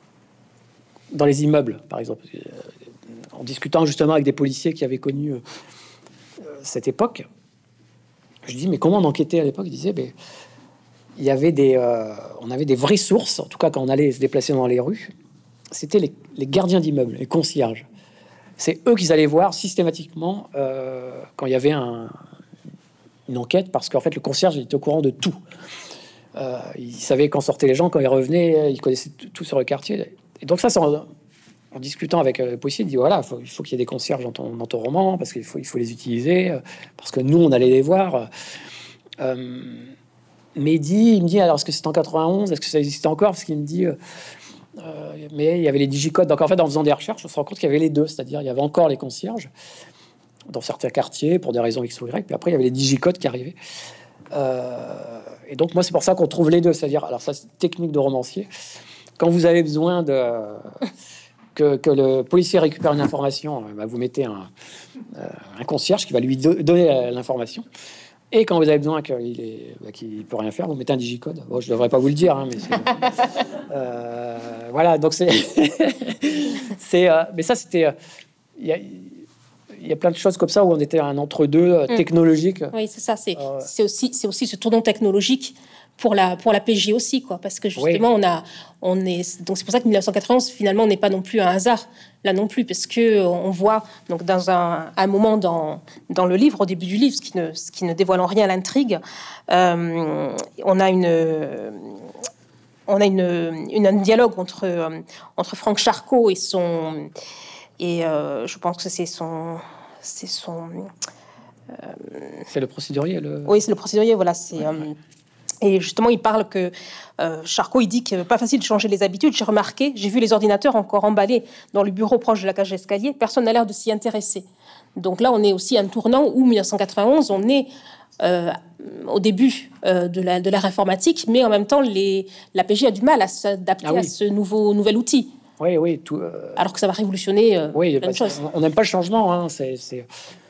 dans les immeubles, par exemple, en discutant justement avec des policiers qui avaient connu euh, cette époque. Je dis, mais comment on enquêtait à l'époque? Il disait, ben, il y avait des, euh, on avait des vraies sources, en tout cas quand on allait se déplacer dans les rues, c'était les, les gardiens d'immeubles, les concierges. C'est eux qu'ils allaient voir systématiquement euh, quand il y avait un, une enquête, parce qu'en fait, le concierge il était au courant de tout. Euh, il savait quand sortaient les gens, quand ils revenaient, il connaissait tout, tout sur le quartier. Et donc ça, c'est en, en discutant avec le policier, il dit, voilà, faut, il faut qu'il y ait des concierges dans ton, dans ton roman, parce qu'il faut, il faut les utiliser, parce que nous, on allait les voir. Euh, mais il, dit, il me dit, alors, est-ce que c'est en quatre-vingt-onze? Est-ce que ça existait encore? Parce qu'il me dit, euh, Euh, mais il y avait les digicodes. Donc en fait, en faisant des recherches, on se rend compte qu'il y avait les deux. C'est-à-dire, il y avait encore les concierges dans certains quartiers pour des raisons X ou Y. Puis après, il y avait les digicodes qui arrivaient. Euh, et donc moi, c'est pour ça qu'on trouve les deux. C'est-à-dire, alors ça, c'est technique de romancier. Quand vous avez besoin de que, que le policier récupère une information, bah, vous mettez un, euh, un concierge qui va lui do- donner l'information. Et quand vous avez besoin qu'il est, bah, qu'il peut rien faire, vous mettez un digicode. Bon, je devrais pas vous le dire, hein, mais c'est, euh, voilà. Donc c'est, c'est, euh, mais ça c'était, il euh, y, y a plein de choses comme ça où on était un entre-deux euh, mmh. technologique. Oui, c'est ça. C'est, euh, c'est aussi, c'est aussi ce tournant technologique pour la pour la P J aussi, quoi, parce que justement oui. on a, on est, donc c'est pour ça que mille neuf cent quatre-vingt-onze finalement n'est pas non plus un hasard. Là non plus, parce que on voit donc dans un, un moment dans dans le livre, au début du livre, ce qui ne ce qui ne dévoile en rien l'intrigue, euh, on a une on a une, une un dialogue entre entre Franck Charcot et son et euh, je pense que c'est son c'est son euh, c'est le procédurier. Le... Oui, c'est le procédurier. Voilà, c'est ouais, euh, ouais. Et justement, il parle que euh, Charcot, il dit que pas facile de changer les habitudes. J'ai remarqué, j'ai vu les ordinateurs encore emballés dans le bureau proche de la cage d'escalier. Personne n'a l'air de s'y intéresser. Donc là, on est aussi à un tournant où, mille neuf cent quatre-vingt-onze, on est euh, au début euh, de, la, de l'ère informatique, mais en même temps, les, la P J a du mal à s'adapter ah oui. à ce nouveau, nouvel outil. Oui, oui. Tout, euh... Alors que ça va révolutionner euh, oui, plein de choses. On n'aime pas le changement. Hein, c'est... c'est...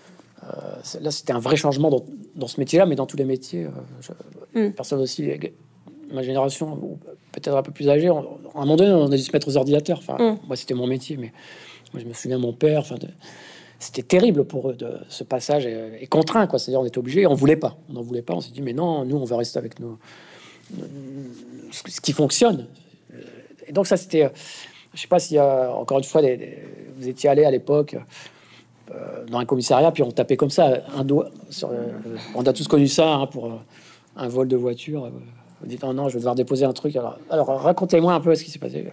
Euh, là, c'était un vrai changement dans, dans ce métier-là, mais dans tous les métiers. Euh, je, mm. Personne aussi, ma génération, ou peut-être un peu plus âgée, on, à un moment donné, on a dû se mettre aux ordinateurs. Enfin, mm. moi, c'était mon métier, mais moi, je me souviens de mon père. Enfin, de, c'était terrible pour eux de ce passage est, est contraint, quoi. C'est-à-dire, on était obligés, on voulait pas, on n'en voulait pas. On s'est dit, mais non, nous, on va rester avec nos, nos ce qui fonctionne. Et donc, ça, c'était, je sais pas s'il y a encore une fois, des, des, vous étiez allé à l'époque. Euh, dans un commissariat, puis on tapait comme ça, un doigt. Sur, euh, on a tous connu ça hein, pour euh, un vol de voiture. Vous dites non, non, je vais devoir déposer un truc. Alors, alors racontez-moi un peu ce qui s'est passé.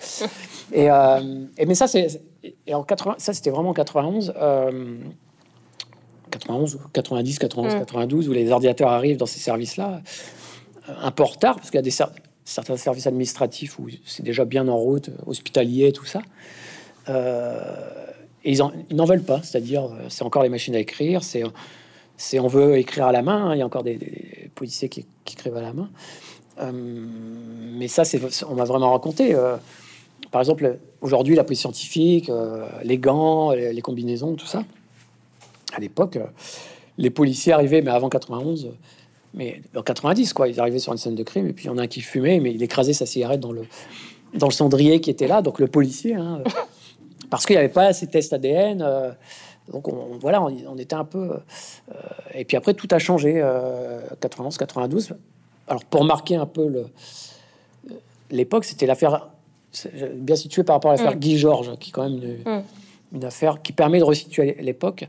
Et, euh, et mais ça, c'est et en quatre-vingts, ça c'était vraiment en quatre-vingt-onze, euh, quatre-vingt-onze, quatre-vingt-dix, quatre-vingt-onze, mmh. quatre-vingt-douze, où les ordinateurs arrivent dans ces services-là, un peu en retard, parce qu'il y a des ser- certains services administratifs où c'est déjà bien en route, hospitalier, tout ça. Euh, Et ils, en, ils n'en veulent pas, c'est-à-dire c'est encore les machines à écrire, c'est, c'est on veut écrire à la main, hein, il y a encore des, des policiers qui, qui écrivent à la main. Euh, mais ça, c'est, on m'a vraiment raconté. Euh, par exemple, aujourd'hui, la police scientifique, euh, les gants, les, les combinaisons, tout ça. À l'époque, euh, les policiers arrivaient, mais avant quatre-vingt-onze, mais en quatre-vingt-dix, quoi, ils arrivaient sur une scène de crime, et puis il y en a un qui fumait, mais il écrasait sa cigarette dans le, dans le cendrier qui était là, donc le policier... Hein, parce qu'il n'y avait pas ces tests A D N, euh, donc on, voilà, on, on était un peu. Euh, et puis après, tout a changé, euh, quatre-vingt-onze, quatre-vingt-douze. Alors pour marquer un peu le, l'époque, c'était l'affaire bien située par rapport à l'affaire mmh. Guy Georges, qui est quand même une, mmh. une affaire qui permet de resituer l'époque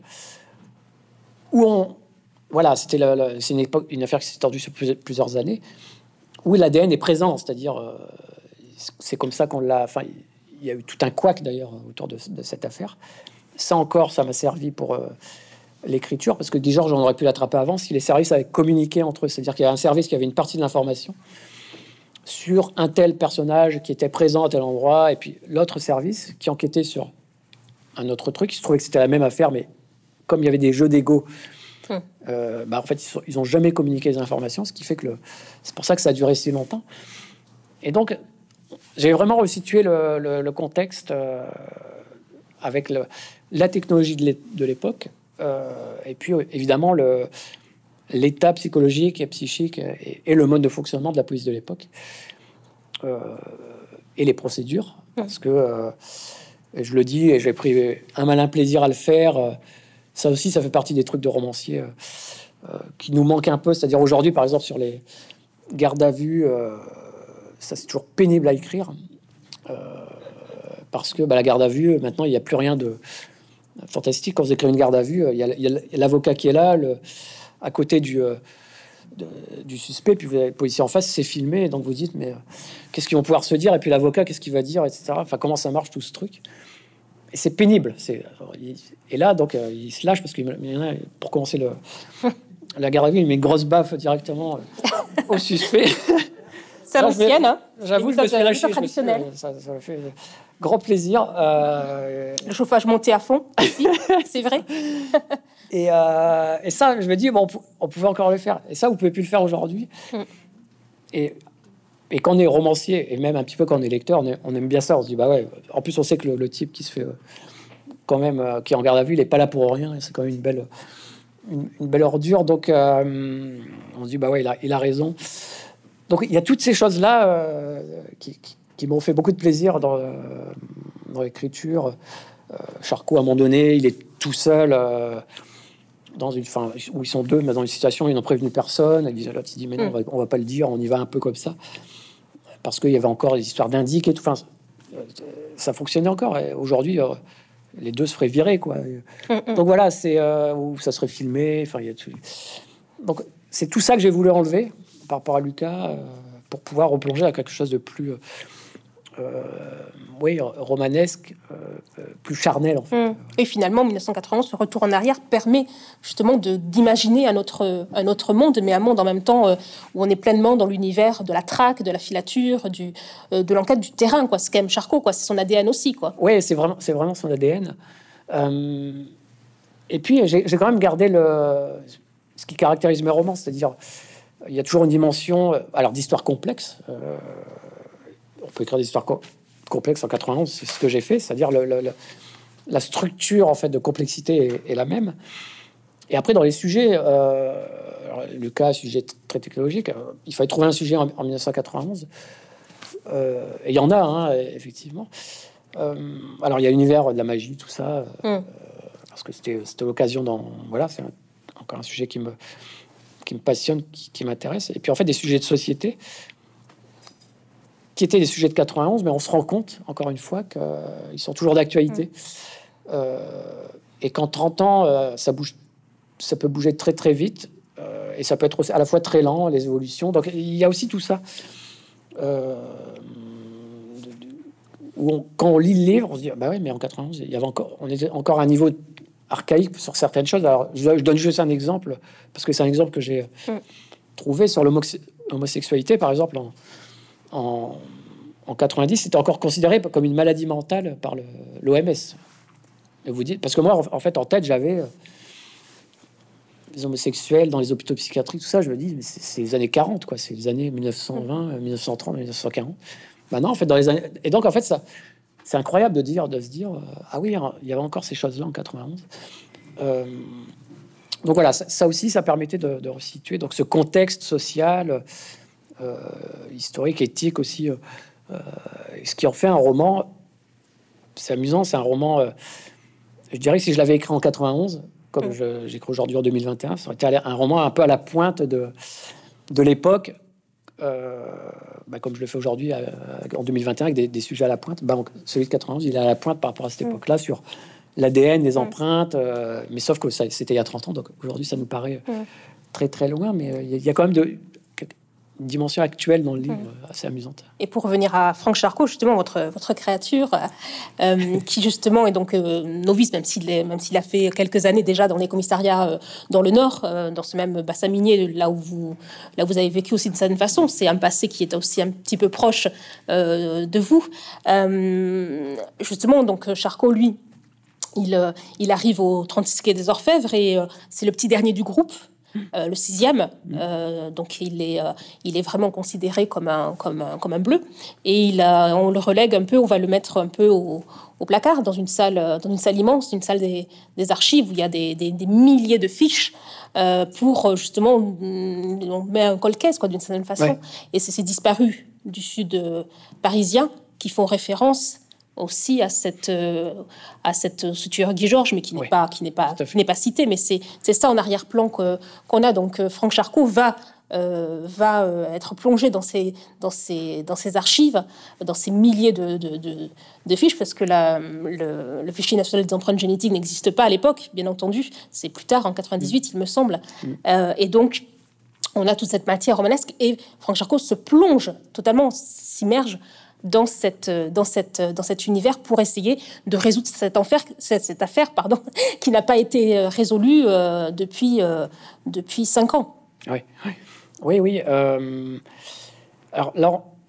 où on, voilà, c'était la, la, c'est une époque, une affaire qui s'est tendue sur plusieurs, plusieurs années, où l'A D N est présent, c'est-à-dire euh, c'est comme ça qu'on l'a. Enfin, il y a eu tout un couac d'ailleurs autour de, de cette affaire. Ça encore, ça m'a servi pour euh, l'écriture, parce que Guy Georges, on aurait pu l'attraper avant si les services avaient communiqué entre eux. C'est-à-dire qu'il y a un service qui avait une partie de l'information sur un tel personnage qui était présent à tel endroit, et puis l'autre service qui enquêtait sur un autre truc. Il se trouvait que c'était la même affaire, mais comme il y avait des jeux d'ego, hum. euh, bah, en fait, ils, sont, ils ont jamais communiqué les informations, ce qui fait que le... c'est pour ça que ça a duré si longtemps. Et donc, j'ai vraiment resitué le, le, le contexte euh, avec le, la technologie de l'époque, euh, et puis évidemment le, l'état psychologique et psychique et, et le mode de fonctionnement de la police de l'époque, euh, et les procédures, parce que, euh, je le dis, et j'ai pris un malin plaisir à le faire, euh, ça aussi, ça fait partie des trucs de romancier euh, euh, qui nous manquent un peu, c'est-à-dire aujourd'hui, par exemple, sur les gardes à vue, euh, ça c'est toujours pénible à écrire, euh, parce que bah, la garde à vue, maintenant il n'y a plus rien de fantastique. Quand vous écrivez une garde à vue, il y a, il y a l'avocat qui est là, le, à côté du, euh, de, du suspect, puis vous avez le policier en face, c'est filmé, donc vous dites mais euh, qu'est-ce qu'ils vont pouvoir se dire, et puis l'avocat qu'est-ce qu'il va dire, et cetera. Enfin, comment ça marche tout ce truc, et c'est pénible. C'est, alors, il, et là donc euh, il se lâche parce qu'il y en a, pour commencer le, la garde à vue, il met une grosse baffe directement euh, au suspect. C'est à l'ancienne, hein. J'avoue, je me suis lâché. Traditionnel. Ça, ça m'a fait grand plaisir. Euh... Le chauffage monté à fond, aussi, c'est vrai. et, euh, et ça, je me dis, bon, on pouvait encore le faire. Et ça, vous pouvez plus le faire aujourd'hui. Mm. Et, et quand on est romancier, et même un petit peu quand on est lecteur, on, est, on aime bien ça. On se dit, bah ouais. En plus, on sait que le, le type qui se fait, euh, quand même, euh, qui est en garde à vue, il n'est pas là pour rien. C'est quand même une belle... Une, une belle ordure, donc euh, on se dit bah ouais, il a, il a raison. Donc il y a toutes ces choses là euh, qui, qui, qui m'ont fait beaucoup de plaisir dans, euh, dans l'écriture. Euh, Charcot, à un moment donné, il est tout seul euh, dans une, fin, où ils sont deux, mais dans une situation où ils n'ont prévenu personne. Il dit, là, il dit mais non, mm. on, va, on va pas le dire, on y va un peu comme ça, parce qu'il y avait encore des histoires d'indiques et tout. Enfin, ça fonctionnait encore. Et aujourd'hui. Euh, les deux se feraient virer, quoi. Mm-mm. Donc voilà, c'est euh, où ça serait filmé. Enfin, il y a tout. Donc c'est tout ça que j'ai voulu enlever par rapport à Lucas euh, pour pouvoir replonger à quelque chose de plus, euh, oui, romanesque, euh, plus charnel, en fait. Mm. Et finalement, mille neuf cent quatre-vingt-onze, ce retour en arrière permet justement de d'imaginer un autre un autre monde, mais un monde en même temps euh, où on est pleinement dans l'univers de la traque, de la filature, du euh, de l'enquête du terrain, quoi. C'est quand même Charcot, quoi. C'est son A D N aussi, quoi. Oui, c'est vraiment c'est vraiment son A D N. Euh, et puis j'ai, j'ai quand même gardé le ce qui caractérise mes romans, c'est-à-dire il y a toujours une dimension, alors d'histoire complexe. Euh, on peut écrire des histoires co- complexes en quatre-vingt-onze, c'est ce que j'ai fait, c'est-à-dire le, le, le la structure en fait de complexité est, est la même. Et après dans les sujets, euh, alors, le cas sujet très technologique, euh, il fallait trouver un sujet en, en mille neuf cent quatre-vingt-onze. Euh, et il y en a, hein, effectivement. Euh, alors il y a l'univers de la magie, tout ça, mm. euh, parce que c'était, c'était l'occasion d'en voilà, c'est un, encore un sujet qui me qui me passionne, qui, qui m'intéresse. Et puis en fait des sujets de société qui étaient des sujets de quatre-vingt-onze, mais on se rend compte, encore une fois, qu'ils sont toujours d'actualité. Mmh. Euh, et qu'en trente ans, euh, ça bouge, ça peut bouger très très vite, euh, et ça peut être aussi à la fois très lent, les évolutions. Donc il y a aussi tout ça. Euh, de, de, où on, quand on lit le livre, on se dit, bah ouais, mais en quatre-vingt-onze, il y avait encore, on était encore à un niveau archaïque sur certaines choses. Alors je, je donne juste un exemple, parce que c'est un exemple que j'ai mmh. trouvé sur l'homosexualité, par exemple, en En, en quatre-vingt-dix, c'était encore considéré comme une maladie mentale par le, l'O M S. Et vous dites, parce que moi, en fait, en tête, j'avais euh, les homosexuels dans les hôpitaux psychiatriques, tout ça. Je me dis, mais c'est, c'est les années quarante, quoi. C'est les années mille neuf cent vingt, mille neuf cent trente, mille neuf cent quarante. Maintenant, en fait, dans les années... Et donc, en fait, ça, c'est incroyable de dire, de se dire, euh, ah oui, il y avait encore ces choses-là en quatre-vingt-onze. Euh, donc voilà, ça, ça aussi, ça permettait de, de resituer donc ce contexte social. Euh, historique, éthique aussi, euh, euh, ce qui en fait un roman. C'est amusant, c'est un roman. Euh, je dirais que si je l'avais écrit en quatre-vingt-onze, comme mmh. je, j'écris aujourd'hui en deux mille vingt et un, ça aurait été un roman un peu à la pointe de, de l'époque, euh, bah, comme je le fais aujourd'hui euh, en deux mille vingt et un avec des, des sujets à la pointe. Bah, celui de quatre-vingt-onze, il est à la pointe par rapport à cette mmh. époque-là sur l'A D N, les empreintes, euh, mais sauf que ça, c'était il y a trente ans, donc aujourd'hui ça nous paraît mmh. très très loin, mais il euh, y, y a quand même de une dimension actuelle dans le livre mmh. assez amusante. Et pour revenir à Franck Charcot, justement, votre, votre créature, euh, qui justement est donc euh, novice, même s'il, est, même s'il a fait quelques années déjà dans les commissariats euh, dans le Nord, euh, dans ce même bassin minier, là où, vous, là où vous avez vécu aussi d'une certaine façon. C'est un passé qui est aussi un petit peu proche euh, de vous. Euh, justement, donc Charcot, lui, il, euh, il arrive au trente-six quai des Orfèvres et euh, c'est le petit dernier du groupe. Euh, le sixième, euh, donc il est, euh, il est vraiment considéré comme un, comme un, comme un bleu, et il a, on le relègue un peu, on va le mettre un peu au, au placard dans une salle, dans une salle immense, une salle des, des archives où il y a des, des, des milliers de fiches euh, pour justement, on met un colcaise quoi d'une certaine façon, ouais. Et c'est ces disparus du sud euh, parisien qui font référence aussi à cette euh, à cette ce tueur Guy Georges, mais qui n'est oui. pas qui n'est pas qui n'est pas cité, mais c'est c'est ça en arrière-plan que qu'on a. Donc euh, Franck Charcot va euh, va euh, être plongé dans ces dans ces dans ces archives, dans ces milliers de de, de, de fiches, parce que la, le, le fichier national des empreintes génétiques n'existe pas à l'époque, bien entendu. C'est plus tard en quatre-vingt-dix-huit, mmh. il me semble, mmh. euh, et donc on a toute cette matière romanesque et Franck Charcot se plonge totalement, s'immerge dans cette dans cette dans cet univers pour essayer de résoudre cette enfer cette, cette affaire pardon qui n'a pas été résolue euh, depuis euh, depuis cinq ans. Oui oui oui. oui euh, alors là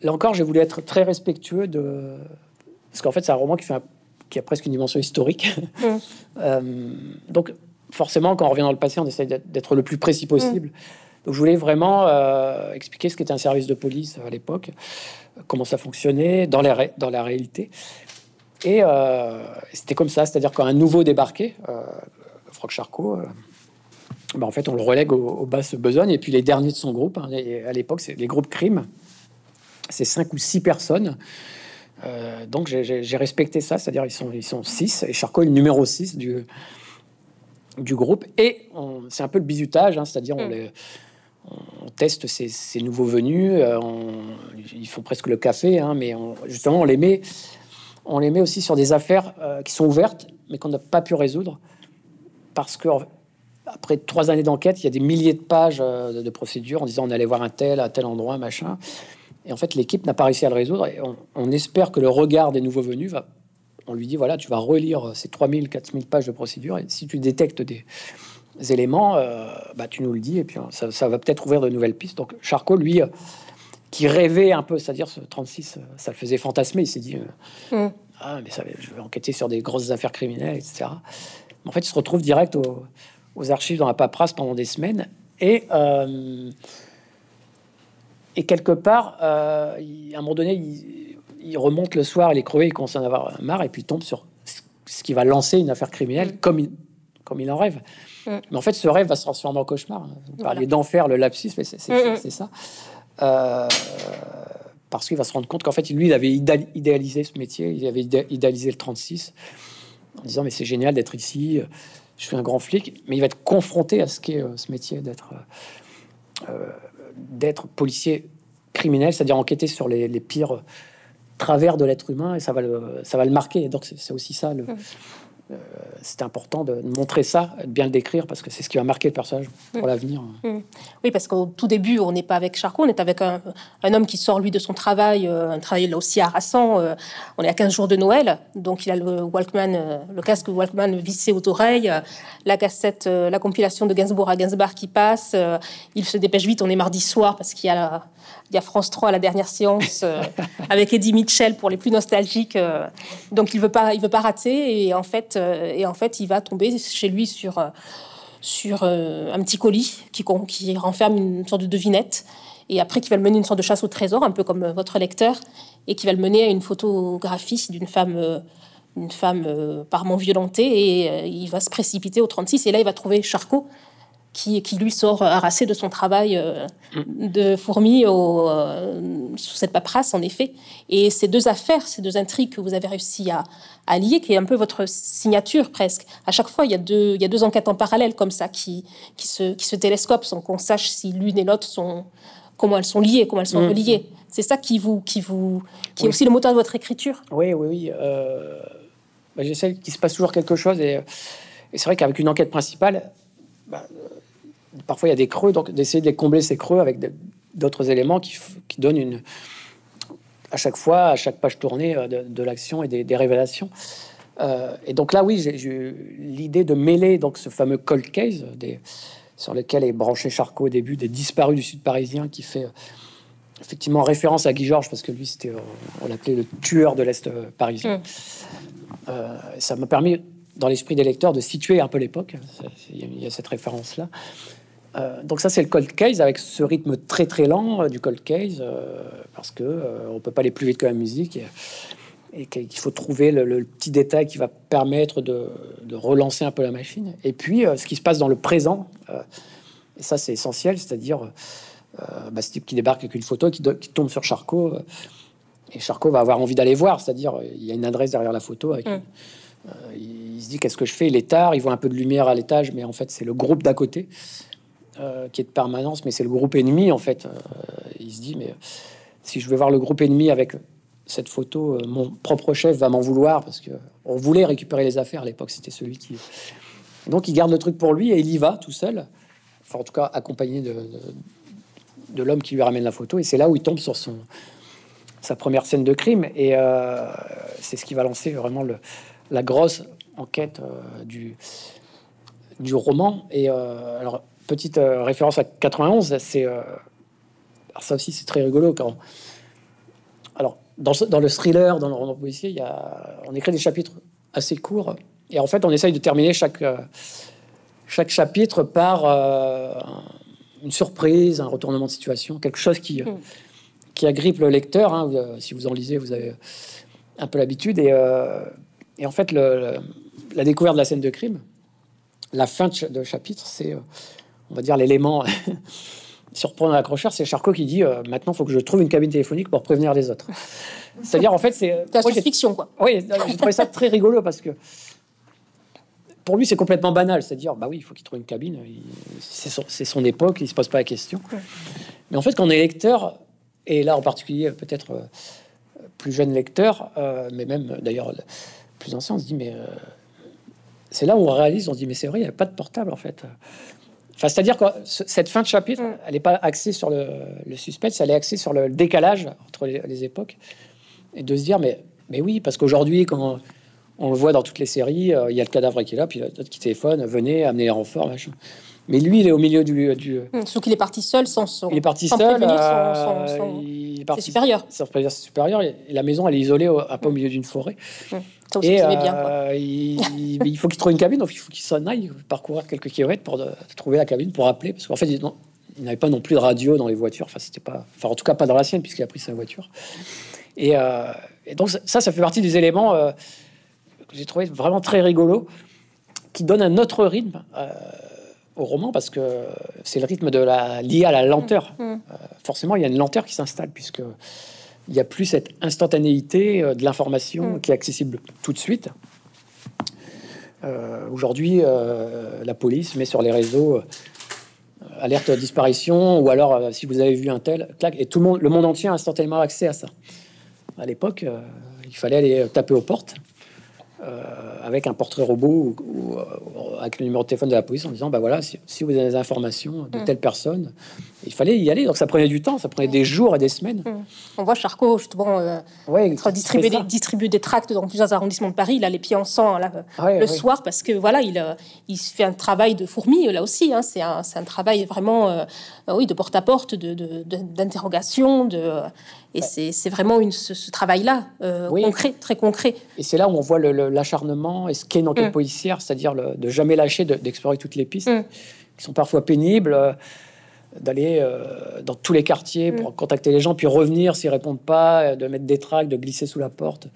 là encore, j'ai voulu être très respectueux de... Parce qu'en fait, c'est un roman qui, fait un... qui a presque une dimension historique. Mmh. euh, donc, forcément, quand on revient dans le passé, on essaie d'être le plus précis possible. Mmh. Donc, je voulais vraiment euh, expliquer ce qu'était un service de police à l'époque, comment ça fonctionnait dans, les ré... dans la réalité. Et euh, c'était comme ça, c'est-à-dire quand un nouveau débarquait, euh, Franck Charcot... Euh, Ben en fait, on le relègue au, au basse besogne. Et puis les derniers de son groupe, hein, à l'époque, c'est les groupes crime. C'est cinq ou six personnes. Euh, donc j'ai respecté ça, c'est-à-dire ils sont, ils sont six. Et Charcot est le numéro six du, du groupe. Et c'est un peu le bizutage, hein, c'est-à-dire on, les, on teste ces, ces nouveaux venus. Euh, on, ils font presque le café, hein, mais on, justement, on les, met, on les met aussi sur des affaires euh, qui sont ouvertes, mais qu'on n'a pas pu résoudre. Parce que... Après trois années d'enquête, il y a des milliers de pages de, de procédures en disant on allait voir un tel à tel endroit, machin. Et en fait, l'équipe n'a pas réussi à le résoudre. Et on, on espère que le regard des nouveaux venus va... On lui dit, voilà, tu vas relire ces trois mille, quatre mille pages de procédures. Et si tu détectes des, des éléments, euh, bah, tu nous le dis. Et puis, ça, ça va peut-être ouvrir de nouvelles pistes. Donc, Charcot, lui, euh, qui rêvait un peu, c'est-à-dire ce trente-six, ça le faisait fantasmer. Il s'est dit, euh, mm. ah, mais ça, je vais enquêter sur des grosses affaires criminelles, et cetera. Mais en fait, il se retrouve direct au... aux archives dans la paperasse pendant des semaines et euh, et quelque part euh, il, à un moment donné il, il remonte le soir, il est crevé, il commence à en avoir marre et puis il tombe sur ce qui va lancer une affaire criminelle mmh. comme, il, comme il en rêve mmh. mais en fait ce rêve va se transformer en cauchemar. Vous parliez voilà. d'enfer, le lapsus, mais c'est mmh. ça euh, parce qu'il va se rendre compte qu'en fait lui il avait idéalisé ce métier, il avait idéalisé le trente-six en disant mais c'est génial d'être ici, je suis un grand flic, mais il va être confronté à ce qu'est euh, ce métier d'être euh, d'être policier criminel, c'est-à-dire enquêter sur les, les pires travers de l'être humain, et ça va le, ça va le marquer. Et donc c'est aussi ça, le, mmh. euh, c'est important de montrer ça, de bien le décrire, parce que c'est ce qui va marquer le personnage pour mmh. l'avenir. Mmh. Oui, parce qu'au tout début, on n'est pas avec Charcot, on est avec un, un homme qui sort, lui, de son travail, euh, un travail là aussi harassant. Euh, on est à quinze jours de Noël, donc il a le Walkman, euh, le casque Walkman vissé aux oreilles, euh, la cassette, euh, la compilation de Gainsbourg à Gainsbourg qui passe. Euh, il se dépêche vite, on est mardi soir, parce qu'il y a la... Il y a France trois à la dernière séance euh, avec Eddie Mitchell pour les plus nostalgiques. Euh, donc il veut pas, il veut pas rater. Et en fait, euh, et en fait, il va tomber chez lui sur euh, sur euh, un petit colis qui, qui renferme une sorte de devinette. Et après, qui va le mener une sorte de chasse au trésor, un peu comme votre lecteur, et qui va le mener à une photographie d'une femme, euh, une femme euh, parement violentée. Et euh, il va se précipiter au trente-six. Et là, il va trouver Charcot. Qui, qui lui sort harassé de son travail euh, de fourmi au, euh, sous cette paperasse, en effet. Et ces deux affaires, ces deux intrigues que vous avez réussi à, à lier, qui est un peu votre signature presque. À chaque fois, il y a deux, il y a deux enquêtes en parallèle comme ça qui, qui, se, qui se télescopent sans qu'on sache si l'une et l'autre sont... comment elles sont liées, comment elles sont mmh. reliées. C'est ça qui, vous, qui, vous, qui oui. est aussi le moteur de votre écriture. Oui, oui, oui. Euh, bah, j'essaie qu'il se passe toujours quelque chose. Et, et c'est vrai qu'avec une enquête principale... Bah, parfois il y a des creux, donc d'essayer de les combler ces creux avec d'autres éléments qui, qui donnent une, à chaque fois, à chaque page tournée de, de l'action et des, des révélations. Euh, et donc là, oui, j'ai eu l'idée de mêler donc ce fameux cold case des, sur lequel est branché Charcot au début, des disparus du Sud parisien, qui fait euh, effectivement référence à Guy Georges parce que lui, c'était, euh, on l'appelait le tueur de l'Est parisien. Mmh. Euh, ça m'a permis, dans l'esprit des lecteurs, de situer un peu l'époque. Il y a cette référence-là. Euh, donc ça, c'est le cold case avec ce rythme très très lent euh, du cold case euh, parce que euh, on peut pas aller plus vite que la musique et, et qu'il faut trouver le, le petit détail qui va permettre de, de relancer un peu la machine. Et puis euh, ce qui se passe dans le présent, euh, et ça c'est essentiel, c'est-à-dire euh, bah, ce type qui débarque avec une photo qui, qui tombe sur Charcot euh, et Charcot va avoir envie d'aller voir, c'est-à-dire il y a une adresse derrière la photo avec. Mmh. Euh, il, il se dit qu'est-ce que je fais, il est tard, il voit un peu de lumière à l'étage, mais en fait c'est le groupe d'à côté. Euh, qui est de permanence, mais c'est le groupe ennemi en fait. Euh, il se dit mais euh, si je vais voir le groupe ennemi avec cette photo, euh, mon propre chef va m'en vouloir parce que on voulait récupérer les affaires à l'époque. C'était celui qui. Donc il garde le truc pour lui et il y va tout seul. Enfin en tout cas accompagné de, de, de l'homme qui lui ramène la photo. Et c'est là où il tombe sur son sa première scène de crime et euh, c'est ce qui va lancer vraiment le, la grosse enquête euh, du du roman. Et euh, alors petite euh, référence à quatre-vingt-onze, c'est euh, alors ça aussi c'est très rigolo quand Alors, dans, ce, dans le thriller, dans le roman policier, il y a, on écrit des chapitres assez courts. Et en fait, on essaye de terminer chaque, euh, chaque chapitre par euh, une surprise, un retournement de situation, quelque chose qui, mm. qui agrippe le lecteur. Hein. Vous, si vous en lisez, vous avez un peu l'habitude. Et, euh, et en fait, le, le, la découverte de la scène de crime, la fin de, de chapitre, c'est, euh, on va dire, l'élément surprenant l'accrocheur. C'est Charcot qui dit euh, maintenant, il faut que je trouve une cabine téléphonique pour prévenir les autres. C'est-à-dire, en fait, c'est... C'est la fiction, quoi. Oui, j'ai trouvé ça très rigolo parce que pour lui, c'est complètement banal. C'est-à-dire, bah oui, il faut qu'il trouve une cabine. Il, c'est, son, c'est son époque, il se pose pas la question. Ouais. Mais en fait, quand on est lecteur, et là en particulier, peut-être euh, plus jeune lecteur, euh, mais même d'ailleurs plus ancien, on se dit, mais euh, c'est là où on réalise, on se dit, mais c'est vrai, il n'y a pas de portable en fait. Enfin, c'est-à-dire que cette fin de chapitre, mm. elle n'est pas axée sur le, le suspense, elle est axée sur le décalage entre les, les époques. Et de se dire, mais, mais oui, parce qu'aujourd'hui, quand on le voit dans toutes les séries, euh, il y a le cadavre qui est là, puis d'autres qui téléphonent, venez, amener les renforts, machin. Mais lui, il est au milieu du... du... Mmh, sauf qu'il est parti seul, sans, son, il est parti sans seul, prévenir euh, son, son, son... il est parti, c'est supérieur. C'est supérieur. Et la maison, elle est isolée, un peu au milieu d'une forêt. Mmh. Ça aussi, et euh, bien, quoi. il, il faut qu'il trouve une cabine, donc il faut qu'il s'en aille, parcourir quelques kilomètres pour de, de trouver la cabine, pour appeler, parce qu'en fait, il, non, il n'avait pas non plus de radio dans les voitures. Enfin, c'était pas... Enfin, en tout cas, pas dans la sienne, puisqu'il a pris sa voiture. Et, euh, et donc, ça, ça fait partie des éléments... Euh, que j'ai trouvé vraiment très rigolo, qui donne un autre rythme euh, au roman, parce que c'est le rythme de la, lié à la lenteur. Mmh. Euh, forcément, il y a une lenteur qui s'installe, puisque il n'y a plus cette instantanéité euh, de l'information mmh. qui est accessible tout de suite. Euh, aujourd'hui, euh, la police met sur les réseaux euh, alerte à disparition, ou alors euh, si vous avez vu un tel, clac, et tout le monde, le monde entier a instantanément accès à ça. À l'époque, euh, il fallait aller taper aux portes. Euh, avec un portrait robot ou, ou, ou avec le numéro de téléphone de la police en disant bah voilà, si, si vous avez des informations de mmh. telle personne, il fallait y aller. Donc ça prenait du temps, ça prenait mmh. des jours et des semaines. Mmh. On voit Charcot justement euh, ouais, distribuer, des, distribuer des tracts dans plusieurs arrondissements de Paris. Il a les pieds en sang là, ouais, le ouais. soir parce que voilà, il, euh, il fait un travail de fourmi là aussi. Hein, c'est, un, c'est un travail vraiment euh, oui, de porte à porte, de, de, de, d'interrogation, de et ouais. c'est, c'est vraiment une, ce, ce travail-là euh, oui. concret, très concret. Et c'est là où on voit le, le, l'acharnement et ce qu'est une enquête mmh. policière, c'est-à-dire le, de jamais lâcher, de, d'explorer toutes les pistes, mmh. qui sont parfois pénibles, euh, d'aller euh, dans tous les quartiers pour mmh. contacter les gens, puis revenir s'ils répondent pas, de mettre des tracts, de glisser sous la porte.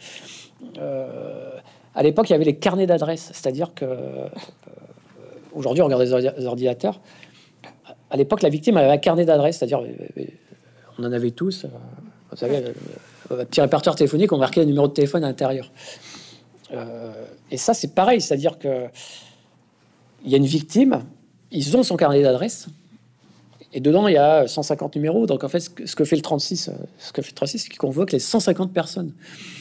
Euh, à l'époque, il y avait les carnets d'adresses, c'est-à-dire que euh, aujourd'hui, on regarde les ordinateurs. À l'époque, la victime avait un carnet d'adresses, c'est-à-dire euh, on en avait tous. Euh, vous savez, un petit répertoire téléphonique, on marquait le numéro de téléphone à l'intérieur. Euh, et ça, c'est pareil, c'est-à-dire que il y a une victime, ils ont son carnet d'adresse, et dedans, il y a cent cinquante numéros. Donc, en fait, ce que, ce que fait le trente-six, ce que fait le trente-six, c'est qu'ils convoquent les cent cinquante personnes.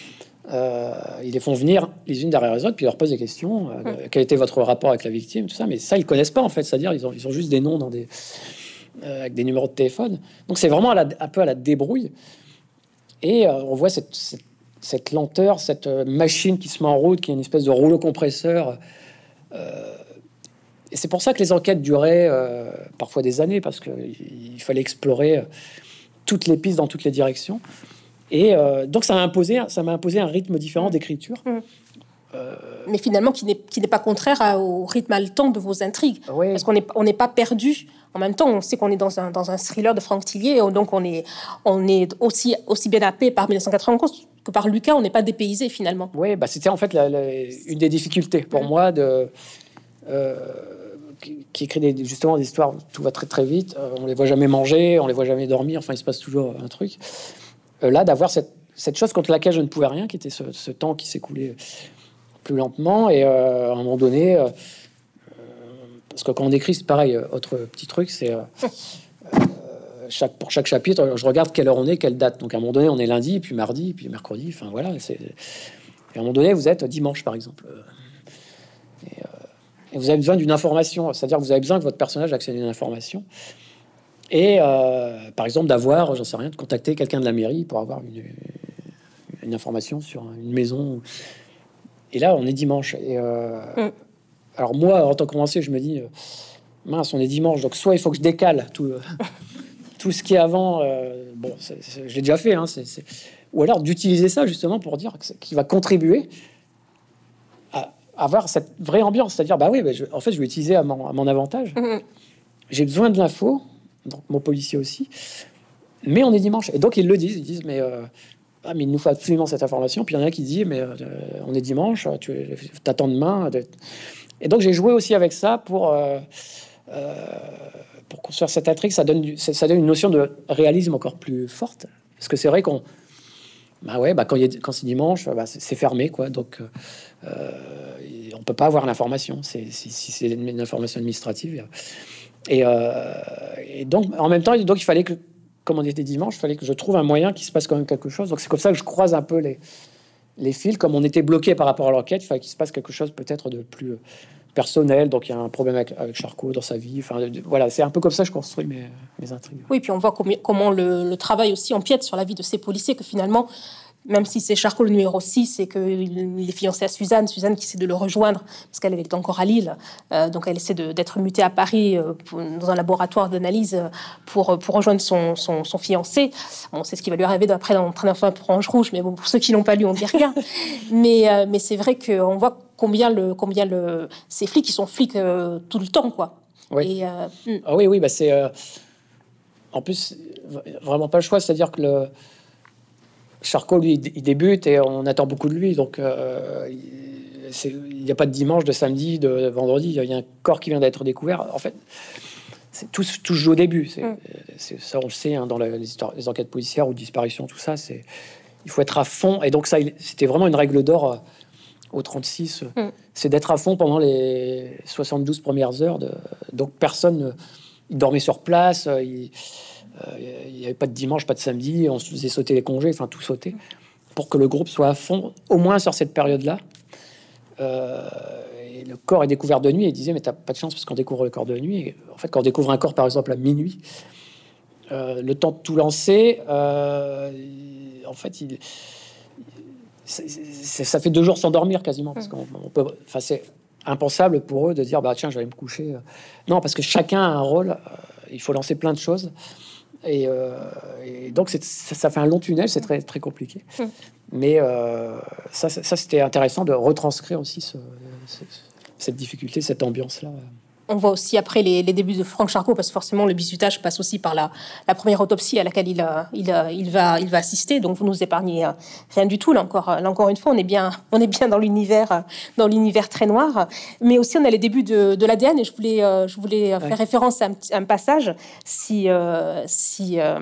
Euh, ils les font venir les unes derrière les autres, puis ils leur posent des questions. Euh, mmh. Quel était votre rapport avec la victime, tout ça. Mais ça, ils connaissent pas, en fait. C'est-à-dire, ils ont, ils ont juste des noms dans des, euh, avec des numéros de téléphone. Donc, c'est vraiment à la, un peu à la débrouille. Et euh, on voit cette, cette, cette lenteur, cette machine qui se met en route, qui est une espèce de rouleau compresseur. Euh, et c'est pour ça que les enquêtes duraient euh, parfois des années, parce qu'il fallait explorer toutes les pistes dans toutes les directions. Et euh, donc ça m'a imposé, ça m'a imposé un rythme différent d'écriture. Mmh. Euh... Mais finalement, qui n'est, qui n'est pas contraire à, au rythme haletant de vos intrigues. Oui. Parce qu'on n'est on n'est pas perdu. En même temps, on sait qu'on est dans un, dans un thriller de Franck Tillier, donc on est, on est aussi, aussi bien happé par mille neuf cent quatre-vingt-onze que par Lucas, on n'est pas dépaysé finalement. Oui, bah c'était en fait la, la, une des difficultés pour mmh. moi de... Euh, qui, qui écrit des, justement des histoires où tout va très très vite, euh, on les voit jamais manger, on les voit jamais dormir, enfin il se passe toujours un truc. Euh, là, d'avoir cette, cette chose contre laquelle je ne pouvais rien, qui était ce, ce temps qui s'écoulait plus lentement, et euh, à un moment donné, euh, parce que quand on écrit, c'est pareil, autre petit truc, c'est euh, euh, chaque, pour chaque chapitre, je regarde quelle heure on est, quelle date. Donc à un moment donné, on est lundi, puis mardi, puis mercredi, enfin voilà. C'est... Et à un moment donné, vous êtes dimanche, par exemple. Et, euh, et vous avez besoin d'une information, c'est-à-dire que vous avez besoin que votre personnage accède à une information. Et euh, par exemple, d'avoir, j'en sais rien, de contacter quelqu'un de la mairie pour avoir une, une information sur une maison. Et là, on est dimanche. Et euh, mm. alors moi, en tant que romancier, je me dis, euh, mince, on est dimanche, donc soit il faut que je décale tout, euh, tout ce qui est avant, euh, bon, c'est, c'est, j'ai déjà fait, hein, c'est, c'est... ou alors d'utiliser ça justement pour dire que qu'il va contribuer à avoir cette vraie ambiance, c'est-à-dire, bah oui, bah je, en fait, je vais utiliser à mon, à mon avantage. Mmh. J'ai besoin de l'info, donc mon policier aussi, mais on est dimanche, et donc ils le disent, ils disent, mais euh, ah, mais il nous faut absolument cette information. Puis il y en a qui disent, mais euh, on est dimanche, tu t'attends demain. Et donc j'ai joué aussi avec ça pour euh, euh, pour construire cette intrigue. Ça donne du, ça donne une notion de réalisme encore plus forte, parce que c'est vrai qu'on bah ouais bah quand il y a, quand c'est dimanche, bah c'est, c'est fermé quoi. Donc euh, on peut pas avoir l'information. C'est si, si c'est une information administrative. Et, euh, et donc en même temps, donc il fallait que, comme on était dimanche, il fallait que je trouve un moyen qu'il se passe quand même quelque chose. Donc c'est comme ça que je croise un peu les, les fils. Comme on était bloqué par rapport à l'enquête, il fallait qu'il se passe quelque chose peut-être de plus personnel. Donc il y a un problème avec, avec Charcot dans sa vie. Enfin de, voilà, c'est un peu comme ça que je construis mes, mes intrigues. Oui, puis on voit com- comment le, le travail aussi empiète sur la vie de ces policiers, que finalement, même si c'est Charcot le numéro six et qu'il est fiancé à Suzanne, Suzanne qui essaie de le rejoindre parce qu'elle est encore à Lille, euh, donc elle essaie de, d'être mutée à Paris euh, pour, dans un laboratoire d'analyse pour, pour rejoindre son, son, son fiancé. On sait ce qui va lui arriver d'après dans Train d'enfant pour Ange Rouge, mais bon, pour ceux qui l'ont pas lu, on dit rien. mais, euh, mais c'est vrai qu'on voit combien, le, combien le, ces flics, ils sont flics euh, tout le temps, quoi. Oui, et, euh, ah oui, oui, bah c'est... Euh, en plus, vraiment pas le choix, c'est-à-dire que le... Charcot, lui, il débute et on attend beaucoup de lui. Donc, euh, il n'y a pas de dimanche, de samedi, de vendredi. Il y a un corps qui vient d'être découvert. En fait, c'est tout, tout se joue au début. C'est, mm. c'est, ça, on le sait, hein, dans la, les, histoires, les enquêtes policières ou disparitions, tout ça. C'est, il faut être à fond. Et donc, ça, c'était vraiment une règle d'or euh, au trente-six. Mm. C'est d'être à fond pendant les soixante-douze premières heures. De, donc, personne... Il dormait sur place. Il, Il n'y avait pas de dimanche, pas de samedi, on se faisait sauter les congés, enfin tout sauter, pour que le groupe soit à fond, au moins sur cette période-là. Euh, et le corps est découvert de nuit, et il disait, mais t'as pas de chance parce qu'on découvre le corps de nuit. Et en fait, quand on découvre un corps, par exemple, à minuit, euh, le temps de tout lancer, euh, en fait, il, c'est, c'est, ça fait deux jours sans dormir quasiment, parce qu'on on peut, enfin, c'est impensable pour eux de dire, bah tiens, je vais me coucher. Non, parce que chacun a un rôle, euh, il faut lancer plein de choses. Et, euh, et donc c'est, ça, ça fait un long tunnel, c'est très très compliqué. Mm. Mais euh, ça, ça, c'était intéressant de retranscrire aussi ce, ce, cette difficulté, cette ambiance-là. On voit aussi après les, les débuts de Franck Charcot, parce que forcément le bizutage passe aussi par la, la première autopsie à laquelle il, il, il, va, il va assister. Donc vous nous épargnez rien du tout. Là encore, là encore une fois, on est bien, on est bien dans l'univers, dans l'univers très noir. Mais aussi on a les débuts de, de l'A D N, et je voulais, je voulais ouais. faire référence à un, un passage, si, euh, si euh,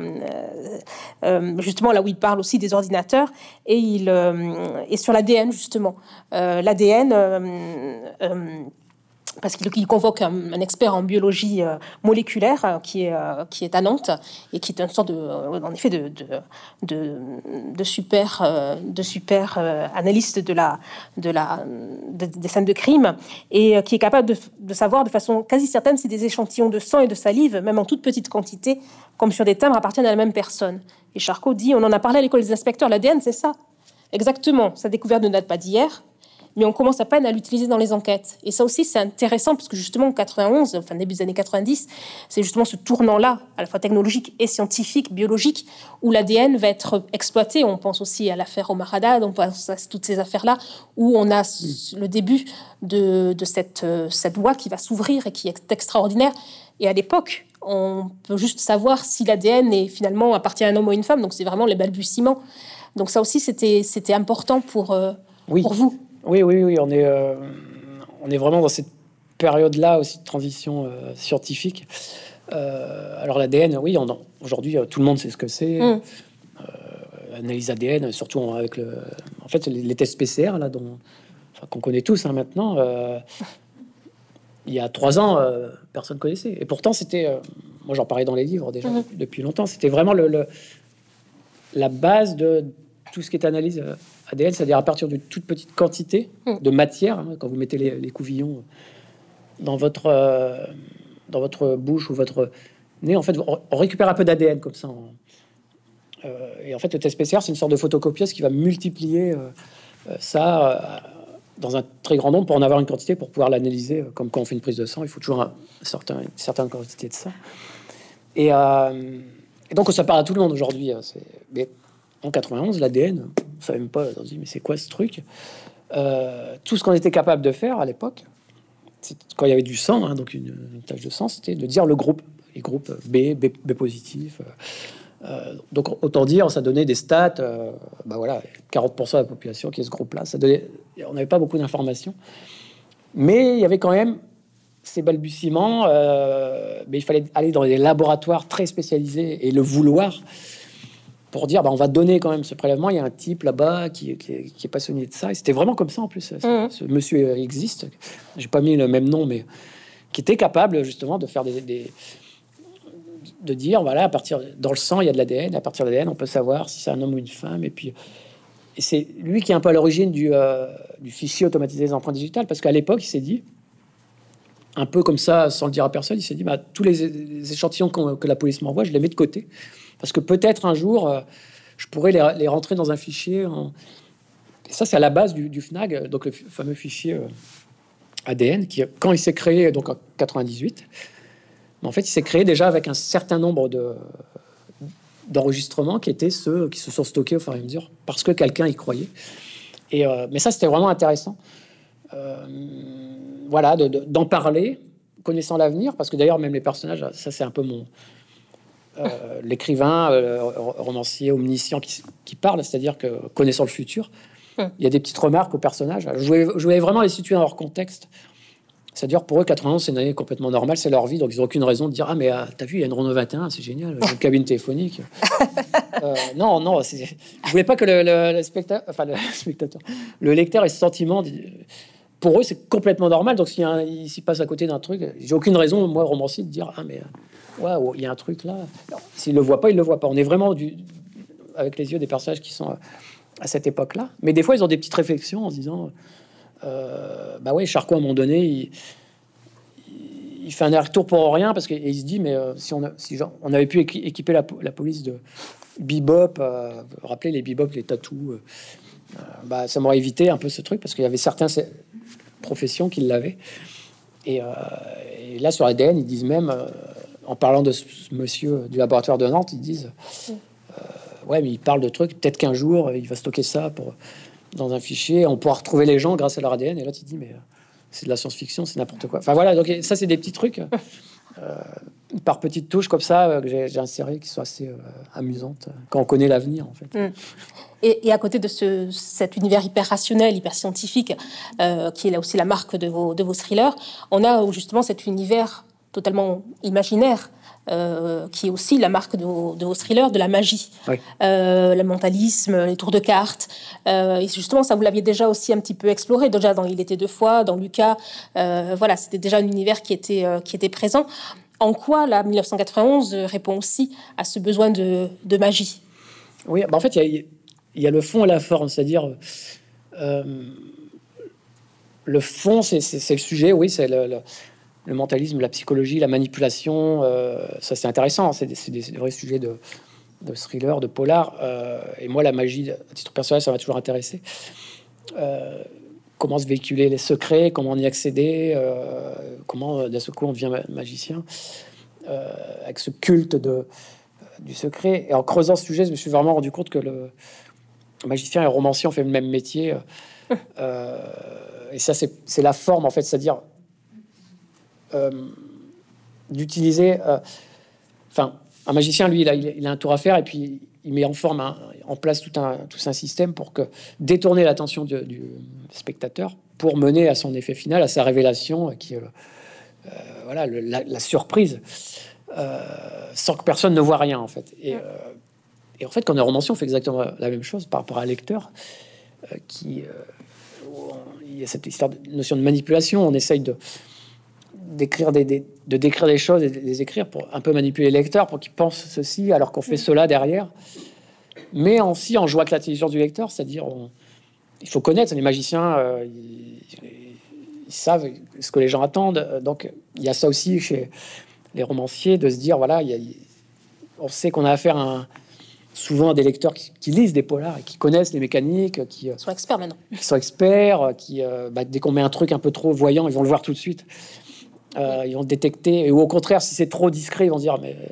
euh, justement là où il parle aussi des ordinateurs, et il euh, et sur l'A D N justement, euh, l'A D N. Euh, euh, parce qu'il convoque un, un expert en biologie euh, moléculaire euh, qui, est, euh, qui est à Nantes et qui est une sorte de, euh, en effet, de, de, de, de super, euh, de super euh, analyste de la, de la, de, des scènes de crime, et euh, qui est capable de, de savoir de façon quasi certaine si des échantillons de sang et de salive, même en toute petite quantité, comme sur des timbres, appartiennent à la même personne. Et Charcot dit, on en a parlé à l'école des inspecteurs, l'A D N, c'est ça. Exactement, sa découverte ne date pas d'hier, mais on commence à peine à l'utiliser dans les enquêtes. Et ça aussi, c'est intéressant, parce que justement, en quatre-vingt-onze, enfin début des années quatre-vingt-dix, c'est justement ce tournant-là, à la fois technologique et scientifique, biologique, où l'A D N va être exploité. On pense aussi à l'affaire Omar Haddad, on pense à toutes ces affaires-là, où on a mmh. le début de, de cette, cette voie qui va s'ouvrir et qui est extraordinaire. Et à l'époque, on peut juste savoir si l'A D N est finalement appartient à un homme ou à une femme, donc c'est vraiment les balbutiements. Donc ça aussi, c'était, c'était important pour, euh, oui. pour vous. Oui, oui, oui, on est, euh, on est vraiment dans cette période-là aussi de transition euh, scientifique. Euh, alors l'A D N, oui, on, aujourd'hui, tout le monde sait ce que c'est. Mm. Euh, analyse A D N, surtout avec le, en fait, les, les tests P C R là, dont, enfin, qu'on connaît tous hein, maintenant. Euh, il y a trois ans, euh, personne connaissait. Et pourtant, c'était, euh, moi, j'en parlais dans les livres déjà mm. depuis, depuis longtemps. C'était vraiment le, le, la base de tout ce qui est analyse. Euh, A D N, c'est-à-dire à partir d'une toute petite quantité de matière, hein, quand vous mettez les, les couvillons dans votre, euh, dans votre bouche ou votre nez, en fait, on récupère un peu d'A D N comme ça. On, euh, et en fait, le test P C R, c'est une sorte de photocopieuse qui va multiplier euh, ça euh, dans un très grand nombre pour en avoir une quantité pour pouvoir l'analyser. Comme quand on fait une prise de sang, il faut toujours un certain, une certaine quantité de ça. Et, euh, Et donc, ça parle à tout le monde aujourd'hui. Mais en quatre-vingt-onze, l'A D N, on savait même pas. On se dit, mais c'est quoi ce truc? euh, Tout ce qu'on était capable de faire à l'époque, quand il y avait du sang, hein, donc une, une tache de sang, c'était de dire le groupe, les groupes B, B, B positif. Euh, donc, autant dire, ça donnait des stats. Euh, bah voilà, quarante pour cent de la population qui est ce groupe-là. Ça donnait, on n'avait pas beaucoup d'informations. Mais il y avait quand même ces balbutiements, euh, mais il fallait aller dans des laboratoires très spécialisés et le vouloir pour dire bah, on va donner quand même ce prélèvement. Il y a un type là-bas qui, qui, qui est passionné de ça. Et c'était vraiment comme ça en plus. Mmh. Ce, ce monsieur existe. J'ai pas mis le même nom, mais qui était capable justement de faire des, des de dire voilà, à partir dans le sang il y a de l'A D N. À partir de l'A D N, on peut savoir si c'est un homme ou une femme. Et puis et c'est lui qui est un peu à l'origine du, euh, du fichier automatisé des empreintes digitales, parce qu'à l'époque il s'est dit un peu comme ça, sans le dire à personne, il s'est dit bah, tous les, les échantillons que la police m'envoie, je les mets de côté. Parce que peut-être un jour, euh, je pourrais les, les rentrer dans un fichier. En... Et ça, c'est à la base du, du FNAG, donc le fameux fichier euh, A D N, qui, quand il s'est créé donc en quatre-vingt-dix-huit, en fait, il s'est créé déjà avec un certain nombre de, d'enregistrements qui étaient ceux qui se sont stockés au fur et à mesure, parce que quelqu'un y croyait. Et, euh, mais ça, c'était vraiment intéressant. Euh, voilà, de, de, d'en parler, connaissant l'avenir, parce que d'ailleurs, même les personnages, ça c'est un peu mon... Euh, l'écrivain, euh, romancier, omniscient qui, qui parle, c'est-à-dire que connaissant le futur, il y a des petites remarques aux personnages. Je voulais, je voulais vraiment les situer dans leur contexte. C'est-à-dire, pour eux, quatre-vingt-onze, c'est une année complètement normale, c'est leur vie, donc ils n'ont aucune raison de dire « Ah, mais ah, t'as vu, il y a une Renault vingt et un, c'est génial, une cabine téléphonique. » euh, Non, non, c'est... je voulais pas que le, le, le, spectateur, enfin, le spectateur, le lecteur ait ce sentiment... De... Pour eux, c'est complètement normal, donc s'il il s'y passe à côté d'un truc, j'ai aucune raison, moi, romancier, de dire « Ah, mais waouh, il y a un truc là. » S'ils ne le voient pas, ils ne le voient pas. On est vraiment du... avec les yeux des personnages qui sont à cette époque-là. Mais des fois, ils ont des petites réflexions en se disant... Euh, bah ouais, Charcot à un moment donné il, il fait un aller-retour pour rien parce qu'il se dit mais euh, si on a, si genre, on avait pu équiper la, la police de bebop, euh, rappeler les bebop, les tatous, euh, euh, bah ça m'aurait évité un peu ce truc parce qu'il y avait certaines professions qui l'avaient. Et, euh, et là sur A D N ils disent même euh, en parlant de ce monsieur du laboratoire de Nantes, ils disent euh, ouais mais il parle de trucs, peut-être qu'un jour il va stocker ça pour dans un fichier, on pourra retrouver les gens grâce à leur A D N. Et là, tu te dis, mais euh, c'est de la science-fiction, c'est n'importe quoi. Enfin voilà, donc ça, c'est des petits trucs euh, par petites touches comme ça euh, que j'ai, j'ai inséré qui sont assez euh, amusantes quand on connaît l'avenir, en fait. Mm. Et, et à côté de ce, cet univers hyper rationnel, hyper scientifique, euh, qui est là aussi la marque de vos, de vos thrillers, on a justement cet univers totalement imaginaire. Euh, qui est aussi la marque de vos, de vos thrillers, de la magie, oui. euh, le mentalisme, les tours de cartes. Euh, et justement, ça, vous l'aviez déjà aussi un petit peu exploré, déjà dans Il était deux fois, dans Lucas. Euh, voilà, c'était déjà un univers qui était, euh, qui était présent. En quoi, la dix-neuf cent quatre-vingt-onze répond aussi à ce besoin de, de magie? Oui, bah en fait, il y, y a le fond et la forme, c'est-à-dire... Euh, le fond, c'est, c'est, c'est le sujet, oui, c'est le... le le mentalisme, la psychologie, la manipulation, euh, ça c'est intéressant, c'est des, c'est des vrais sujets de, de thriller, de polar. Euh, et moi, la magie, à titre personnel, ça m'a toujours intéressé. Euh, comment se véhiculer les secrets, comment y accéder, euh, comment d'un seul coup on devient magicien, euh, avec ce culte de, du secret. Et en creusant ce sujet, je me suis vraiment rendu compte que le magicien et le romancier ont fait le même métier. Euh, et ça, c'est, c'est la forme, en fait, c'est-à-dire... Euh, d'utiliser euh, enfin un magicien lui il a, il a un tour à faire et puis il met en forme un, en place tout un, tout un système pour que détourner l'attention du, du spectateur pour mener à son effet final, à sa révélation qui est euh, voilà le, la, la surprise euh, sans que personne ne voit rien en fait et, euh, et en fait quand on est romancier on fait exactement la même chose par rapport à un lecteur euh, qui euh, il y a cette histoire de notion de manipulation, on essaye de d'écrire des, des, de décrire des choses et de les écrire pour un peu manipuler les lecteurs pour qu'ils pensent ceci alors qu'on fait cela derrière, mais aussi en jouant avec l'intelligence du lecteur, c'est-à-dire on, il faut connaître les magiciens, euh, ils, ils savent ce que les gens attendent, donc il y a ça aussi chez les romanciers de se dire voilà il y a, on sait qu'on a affaire à un, souvent à des lecteurs qui, qui lisent des polars et qui connaissent les mécaniques, qui sont experts maintenant, qui sont experts, qui euh, bah, dès qu'on met un truc un peu trop voyant, ils vont le voir tout de suite. Euh, ils vont le détecter, et ou au contraire, si c'est trop discret, ils vont dire mais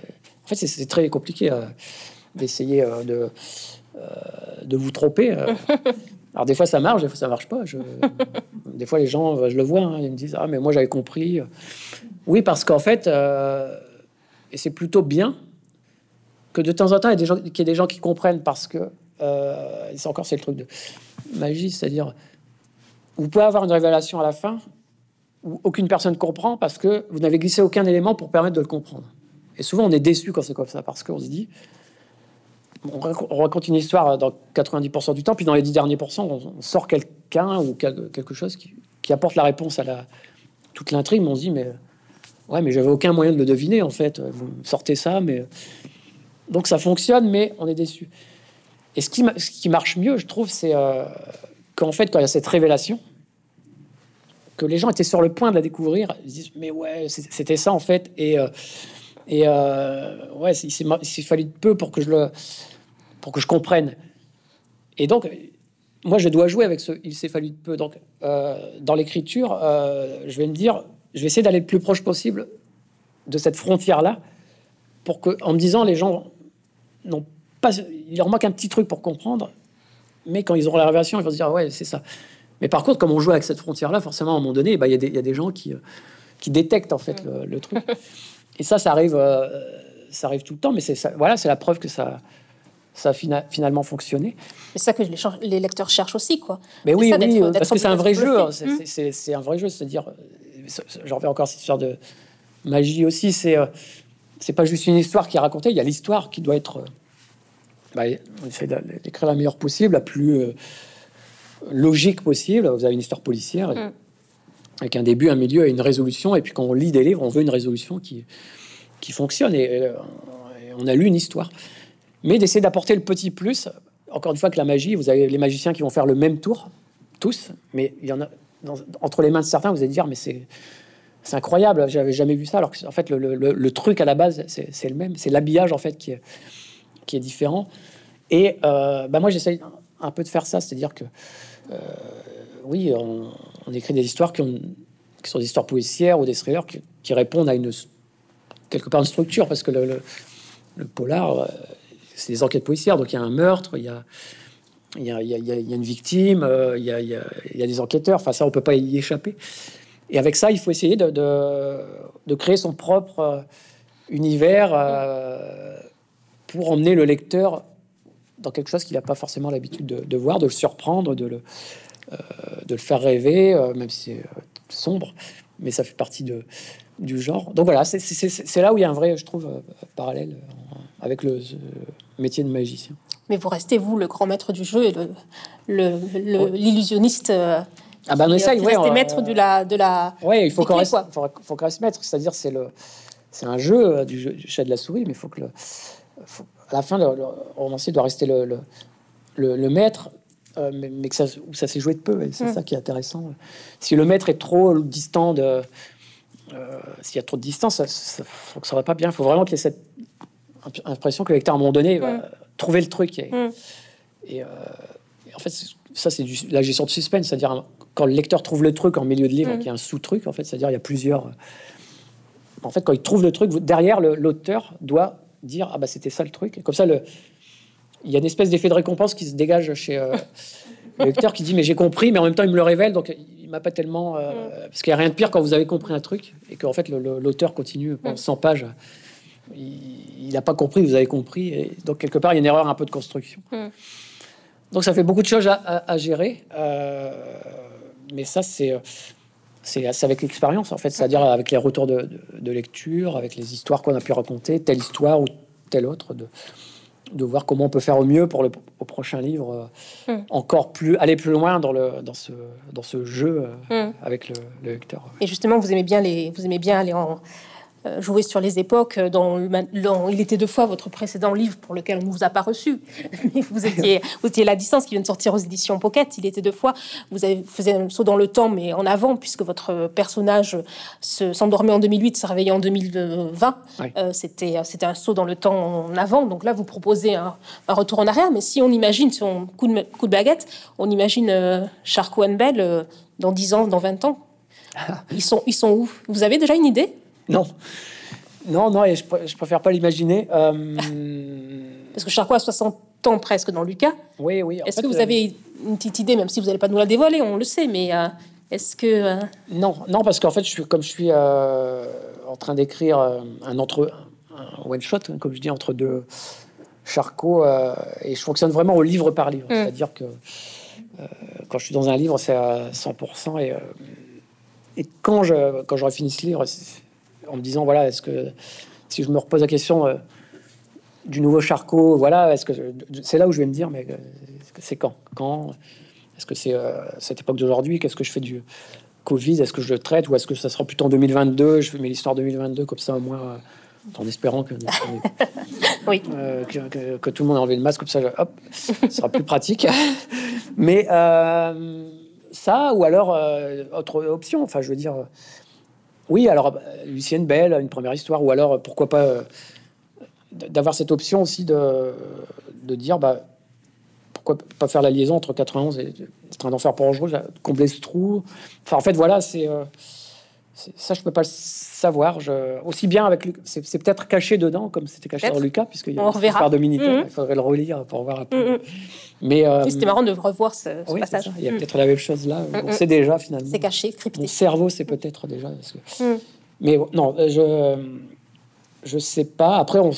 En fait, c'est, c'est très compliqué euh, d'essayer euh, de, euh, de vous tromper. Euh. Alors, des fois, ça marche, des fois, ça marche pas. Je... Des fois, les gens, je le vois, hein, ils me disent « Ah, mais moi, j'avais compris. » Oui, parce qu'en fait, euh, et c'est plutôt bien que de temps en temps, il y a des gens, qu'il y ait des gens qui comprennent parce que, euh, c'est encore, c'est le truc de magie, c'est-à-dire, vous pouvez avoir une révélation à la fin où aucune personne comprend parce que vous n'avez glissé aucun élément pour permettre de le comprendre. Et souvent, on est déçu quand c'est comme ça parce qu'on se dit, on raconte une histoire dans quatre-vingt-dix pour cent du temps, puis dans les dix derniers pourcents, on sort quelqu'un ou quelque chose qui, qui apporte la réponse à la, toute l'intrigue, mais on se dit, mais ouais, mais j'avais aucun moyen de le deviner, en fait. Vous sortez ça, mais... Donc ça fonctionne, mais on est déçu. Et ce qui, ce qui marche mieux, je trouve, c'est euh, qu'en fait, quand il y a cette révélation, que les gens étaient sur le point de la découvrir, ils se disent, mais ouais, c'était ça, en fait. Et, euh, et euh, ouais, il s'est, il s'est fallu de peu pour que je le... pour que je comprenne. Et donc, moi, je dois jouer avec ce « il s'est fallu de peu ». Donc, euh, dans l'écriture, euh, je vais me dire, je vais essayer d'aller le plus proche possible de cette frontière-là, pour que, en me disant, les gens n'ont pas... Il leur manque un petit truc pour comprendre, mais quand ils auront la révélation, ils vont se dire « ouais, c'est ça ». Mais par contre, comme on joue avec cette frontière-là, forcément, à un moment donné, bah, y a des, y a des gens qui, qui détectent, en fait, le, le truc. Et ça, ça arrive, euh, ça arrive tout le temps, mais c'est ça, voilà, c'est la preuve que ça... ça a fina- finalement fonctionné. C'est ça que les, ch- les lecteurs cherchent aussi, quoi. Mais oui, ça, oui, d'être, parce d'être que c'est un vrai jeu. Hein, mmh. c'est, c'est, c'est un vrai jeu, c'est-à-dire, j'en reviens encore à cette histoire de magie aussi. C'est, euh, c'est pas juste une histoire qui est racontée. Il y a l'histoire qui doit être. Euh, bah, on essaie d'écrire la meilleure possible, la plus euh, logique possible. Vous avez une histoire policière et, mmh. avec un début, un milieu et une résolution. Et puis quand on lit des livres, on veut une résolution qui qui fonctionne. Et, et, et on a lu une histoire. Mais d'essayer d'apporter le petit plus. Encore une fois, que la magie, vous avez les magiciens qui vont faire le même tour, tous, mais il y en a dans, entre les mains de certains, vous allez dire, mais c'est, c'est incroyable, j'avais jamais vu ça. Alors que en fait, le, le, le truc à la base, c'est, c'est le même, c'est l'habillage en fait qui est, qui est différent. Et euh, bah moi, j'essaye un peu de faire ça, c'est-à-dire que euh, oui, on, on écrit des histoires qui, ont, qui sont des histoires policières ou des thrillers qui, qui répondent à une quelque part une structure, parce que le, le, le polar. Euh, c'est des enquêtes policières, donc il y a un meurtre, il y a, il y a, il y a, il y a une victime, euh, il, y a, il, y a, il y a des enquêteurs, enfin ça on peut pas y échapper. Et avec ça, il faut essayer de, de, de créer son propre euh, univers euh, pour emmener le lecteur dans quelque chose qu'il n'a pas forcément l'habitude de, de voir, de le surprendre, de le, euh, de le faire rêver, euh, même si c'est euh, sombre, mais ça fait partie de, du genre. Donc voilà, c'est, c'est, c'est là où il y a un vrai, je trouve, euh, parallèle euh, avec le... Euh, métier de magicien. Mais vous restez, vous, le grand maître du jeu et le, le, le, ouais. l'illusionniste euh, ah ben, on essaye, qui ouais, reste on, maître de la... De la ouais, il faut qu'on, reste, faut, faut qu'on reste maître, c'est-à-dire c'est, le, c'est un jeu euh, du, jeu, du chat de la souris, mais il faut que, le, faut, à la fin, le, le romancier doit rester le, le, le, le maître, euh, mais, mais que ça, où ça s'est joué de peu, et c'est mm. ça qui est intéressant. Si le maître est trop distant, de, euh, s'il y a trop de distance, ça ne fonctionnerait pas bien. Il faut vraiment qu'il y ait cette impression que le lecteur, à un moment donné, va mm. trouver le truc. Et, mm. et, euh, et en fait, ça, c'est du, la gestion de suspense. C'est-à-dire, quand le lecteur trouve le truc en milieu de livre, mm. qu'il y a un sous-truc, en fait, c'est-à-dire, il y a plusieurs... En fait, quand il trouve le truc, derrière, le, l'auteur doit dire « Ah, bah, c'était ça, le truc. » Et comme ça, le, il y a une espèce d'effet de récompense qui se dégage chez euh, le lecteur qui dit « Mais j'ai compris, mais en même temps, il me le révèle, donc il m'a pas tellement... Euh, mm. » Parce qu'il n'y a rien de pire quand vous avez compris un truc et qu'en fait, le, le, l'auteur continue pendant mm. cent pages... il n'a pas compris, vous avez compris, et donc quelque part il y a une erreur un peu de construction. Mm. Donc ça fait beaucoup de choses à, à, à gérer, euh, mais ça c'est, c'est, c'est avec l'expérience en fait, c'est-à-dire avec les retours de, de, de lecture, avec les histoires qu'on a pu raconter, telle histoire ou telle autre, de, de voir comment on peut faire au mieux pour le au prochain livre, mm. encore plus aller plus loin dans le dans ce dans ce jeu euh, mm. avec le, le lecteur. Et justement, vous aimez bien les vous aimez bien aller en jouer sur les époques, dont, dont il était deux fois votre précédent livre pour lequel on ne vous a pas reçu. Mais vous étiez, vous étiez La Distance, qui vient de sortir aux éditions Pocket. Il était deux fois. Vous avez fait un saut dans le temps, mais en avant, puisque votre personnage se, s'endormait en deux mille huit, se réveillait en deux mille vingt. Oui. Euh, c'était, c'était un saut dans le temps en avant. Donc là, vous proposez un, un retour en arrière. Mais si on imagine, si on coup de, coup de baguette, on imagine euh, Charcot and Bell euh, dans dix ans, dans vingt ans. Ils sont, ils sont où? Vous avez déjà une idée? Non, Non, non, et je, pr- je préfère pas l'imaginer. Euh... Parce que Charcot a soixante ans presque dans Lucas. Oui, oui. Est-ce fait, que vous avez une petite idée, même si vous n'allez pas nous la dévoiler, on le sait, mais euh, est-ce que... Euh... Non, non, parce qu'en fait, je suis, comme je suis euh, en train d'écrire euh, un entre un one-shot, hein, comme je dis, entre deux Charcot, euh, et je fonctionne vraiment au livre par livre. Mm. C'est-à-dire que euh, quand je suis dans un livre, c'est à cent pour cent, et, euh, et quand, je, quand j'aurai fini ce livre, en me disant, voilà, est-ce que si je me repose la question euh, du nouveau Charcot, voilà, est-ce que c'est là où je vais me dire, mais c'est quand Quand Est-ce que c'est euh, cette époque d'aujourd'hui? Qu'est-ce que je fais du Covid? Est-ce que je le traite, ou est-ce que ça sera plutôt en deux mille vingt-deux? Je fais mes histoires deux mille vingt-deux comme ça, au moins, euh, en espérant que, oui. euh, que, que, que tout le monde a enlevé le masque, comme ça, hop, ce sera plus pratique. Mais euh, ça, ou alors euh, autre option. Enfin, je veux dire, euh, oui. Alors, Lucienne Bell, une première histoire, ou alors pourquoi pas euh, d'avoir cette option aussi de de dire, bah, pourquoi pas faire la liaison entre quatre-vingt-onze et Train d'enfer pour Ange, combler ce trou. Enfin, en fait, voilà, c'est, euh, c'est ça, je peux pas le savoir. Je, aussi bien avec Lucas, c'est, c'est peut-être caché dedans, comme c'était caché peut-être dans Lucas, puisqu'il y a une histoire de militaire. Mm-hmm. Il faudrait le relire pour voir un peu. Mm-hmm. Mais euh, oui, c'était marrant de revoir ce, ce oui, passage. Il y a mm. peut-être la même chose là. Mm-hmm. On sait déjà finalement. C'est caché, crypté. Mon cerveau, c'est peut-être déjà. Parce que... mm. Mais non, je je sais pas. Après, on.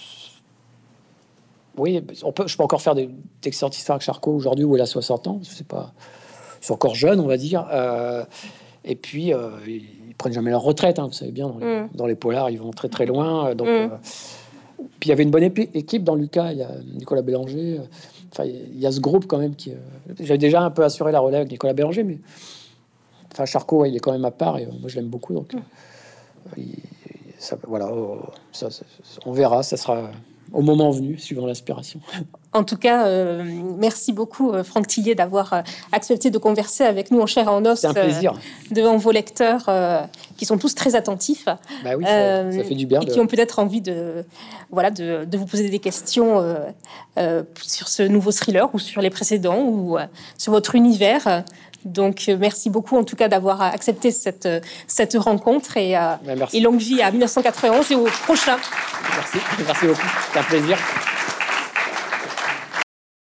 Oui, on peut, je peux encore faire des d'excellentes histoires avec Charcot aujourd'hui où il a soixante ans. C'est pas, c'est encore jeune, on va dire. Euh, et puis, euh, ils prennent jamais leur retraite, hein, vous savez bien. Dans les, mm. dans les polars, ils vont très très loin. Donc, mm. euh, puis il y avait une bonne épi- équipe dans Lucas. Il y a Nicolas Bélanger. Enfin, il y a ce groupe quand même qui. Euh, j'avais déjà un peu assuré la relève avec Nicolas Bélanger, mais enfin Charcot, ouais, il est quand même à part et euh, moi je l'aime beaucoup. Donc, mm. euh, il, ça, voilà, oh, ça, ça, on verra. Ça sera au moment venu, suivant l'inspiration. En tout cas, euh, merci beaucoup, euh, Franck Tillier, d'avoir euh, accepté de converser avec nous en chair et en os. C'est un plaisir. Euh, devant vos lecteurs, euh, qui sont tous très attentifs. Bah oui, ça, euh, ça fait du bien. Et de... qui ont peut-être envie de, voilà, de, de vous poser des questions euh, euh, sur ce nouveau thriller ou sur les précédents ou euh, sur votre univers. Donc, euh, merci beaucoup, en tout cas, d'avoir accepté cette, cette rencontre. Et, euh, bah, et longue vie à mille neuf cent quatre-vingt-onze et au prochain. Merci, merci beaucoup. C'est un plaisir.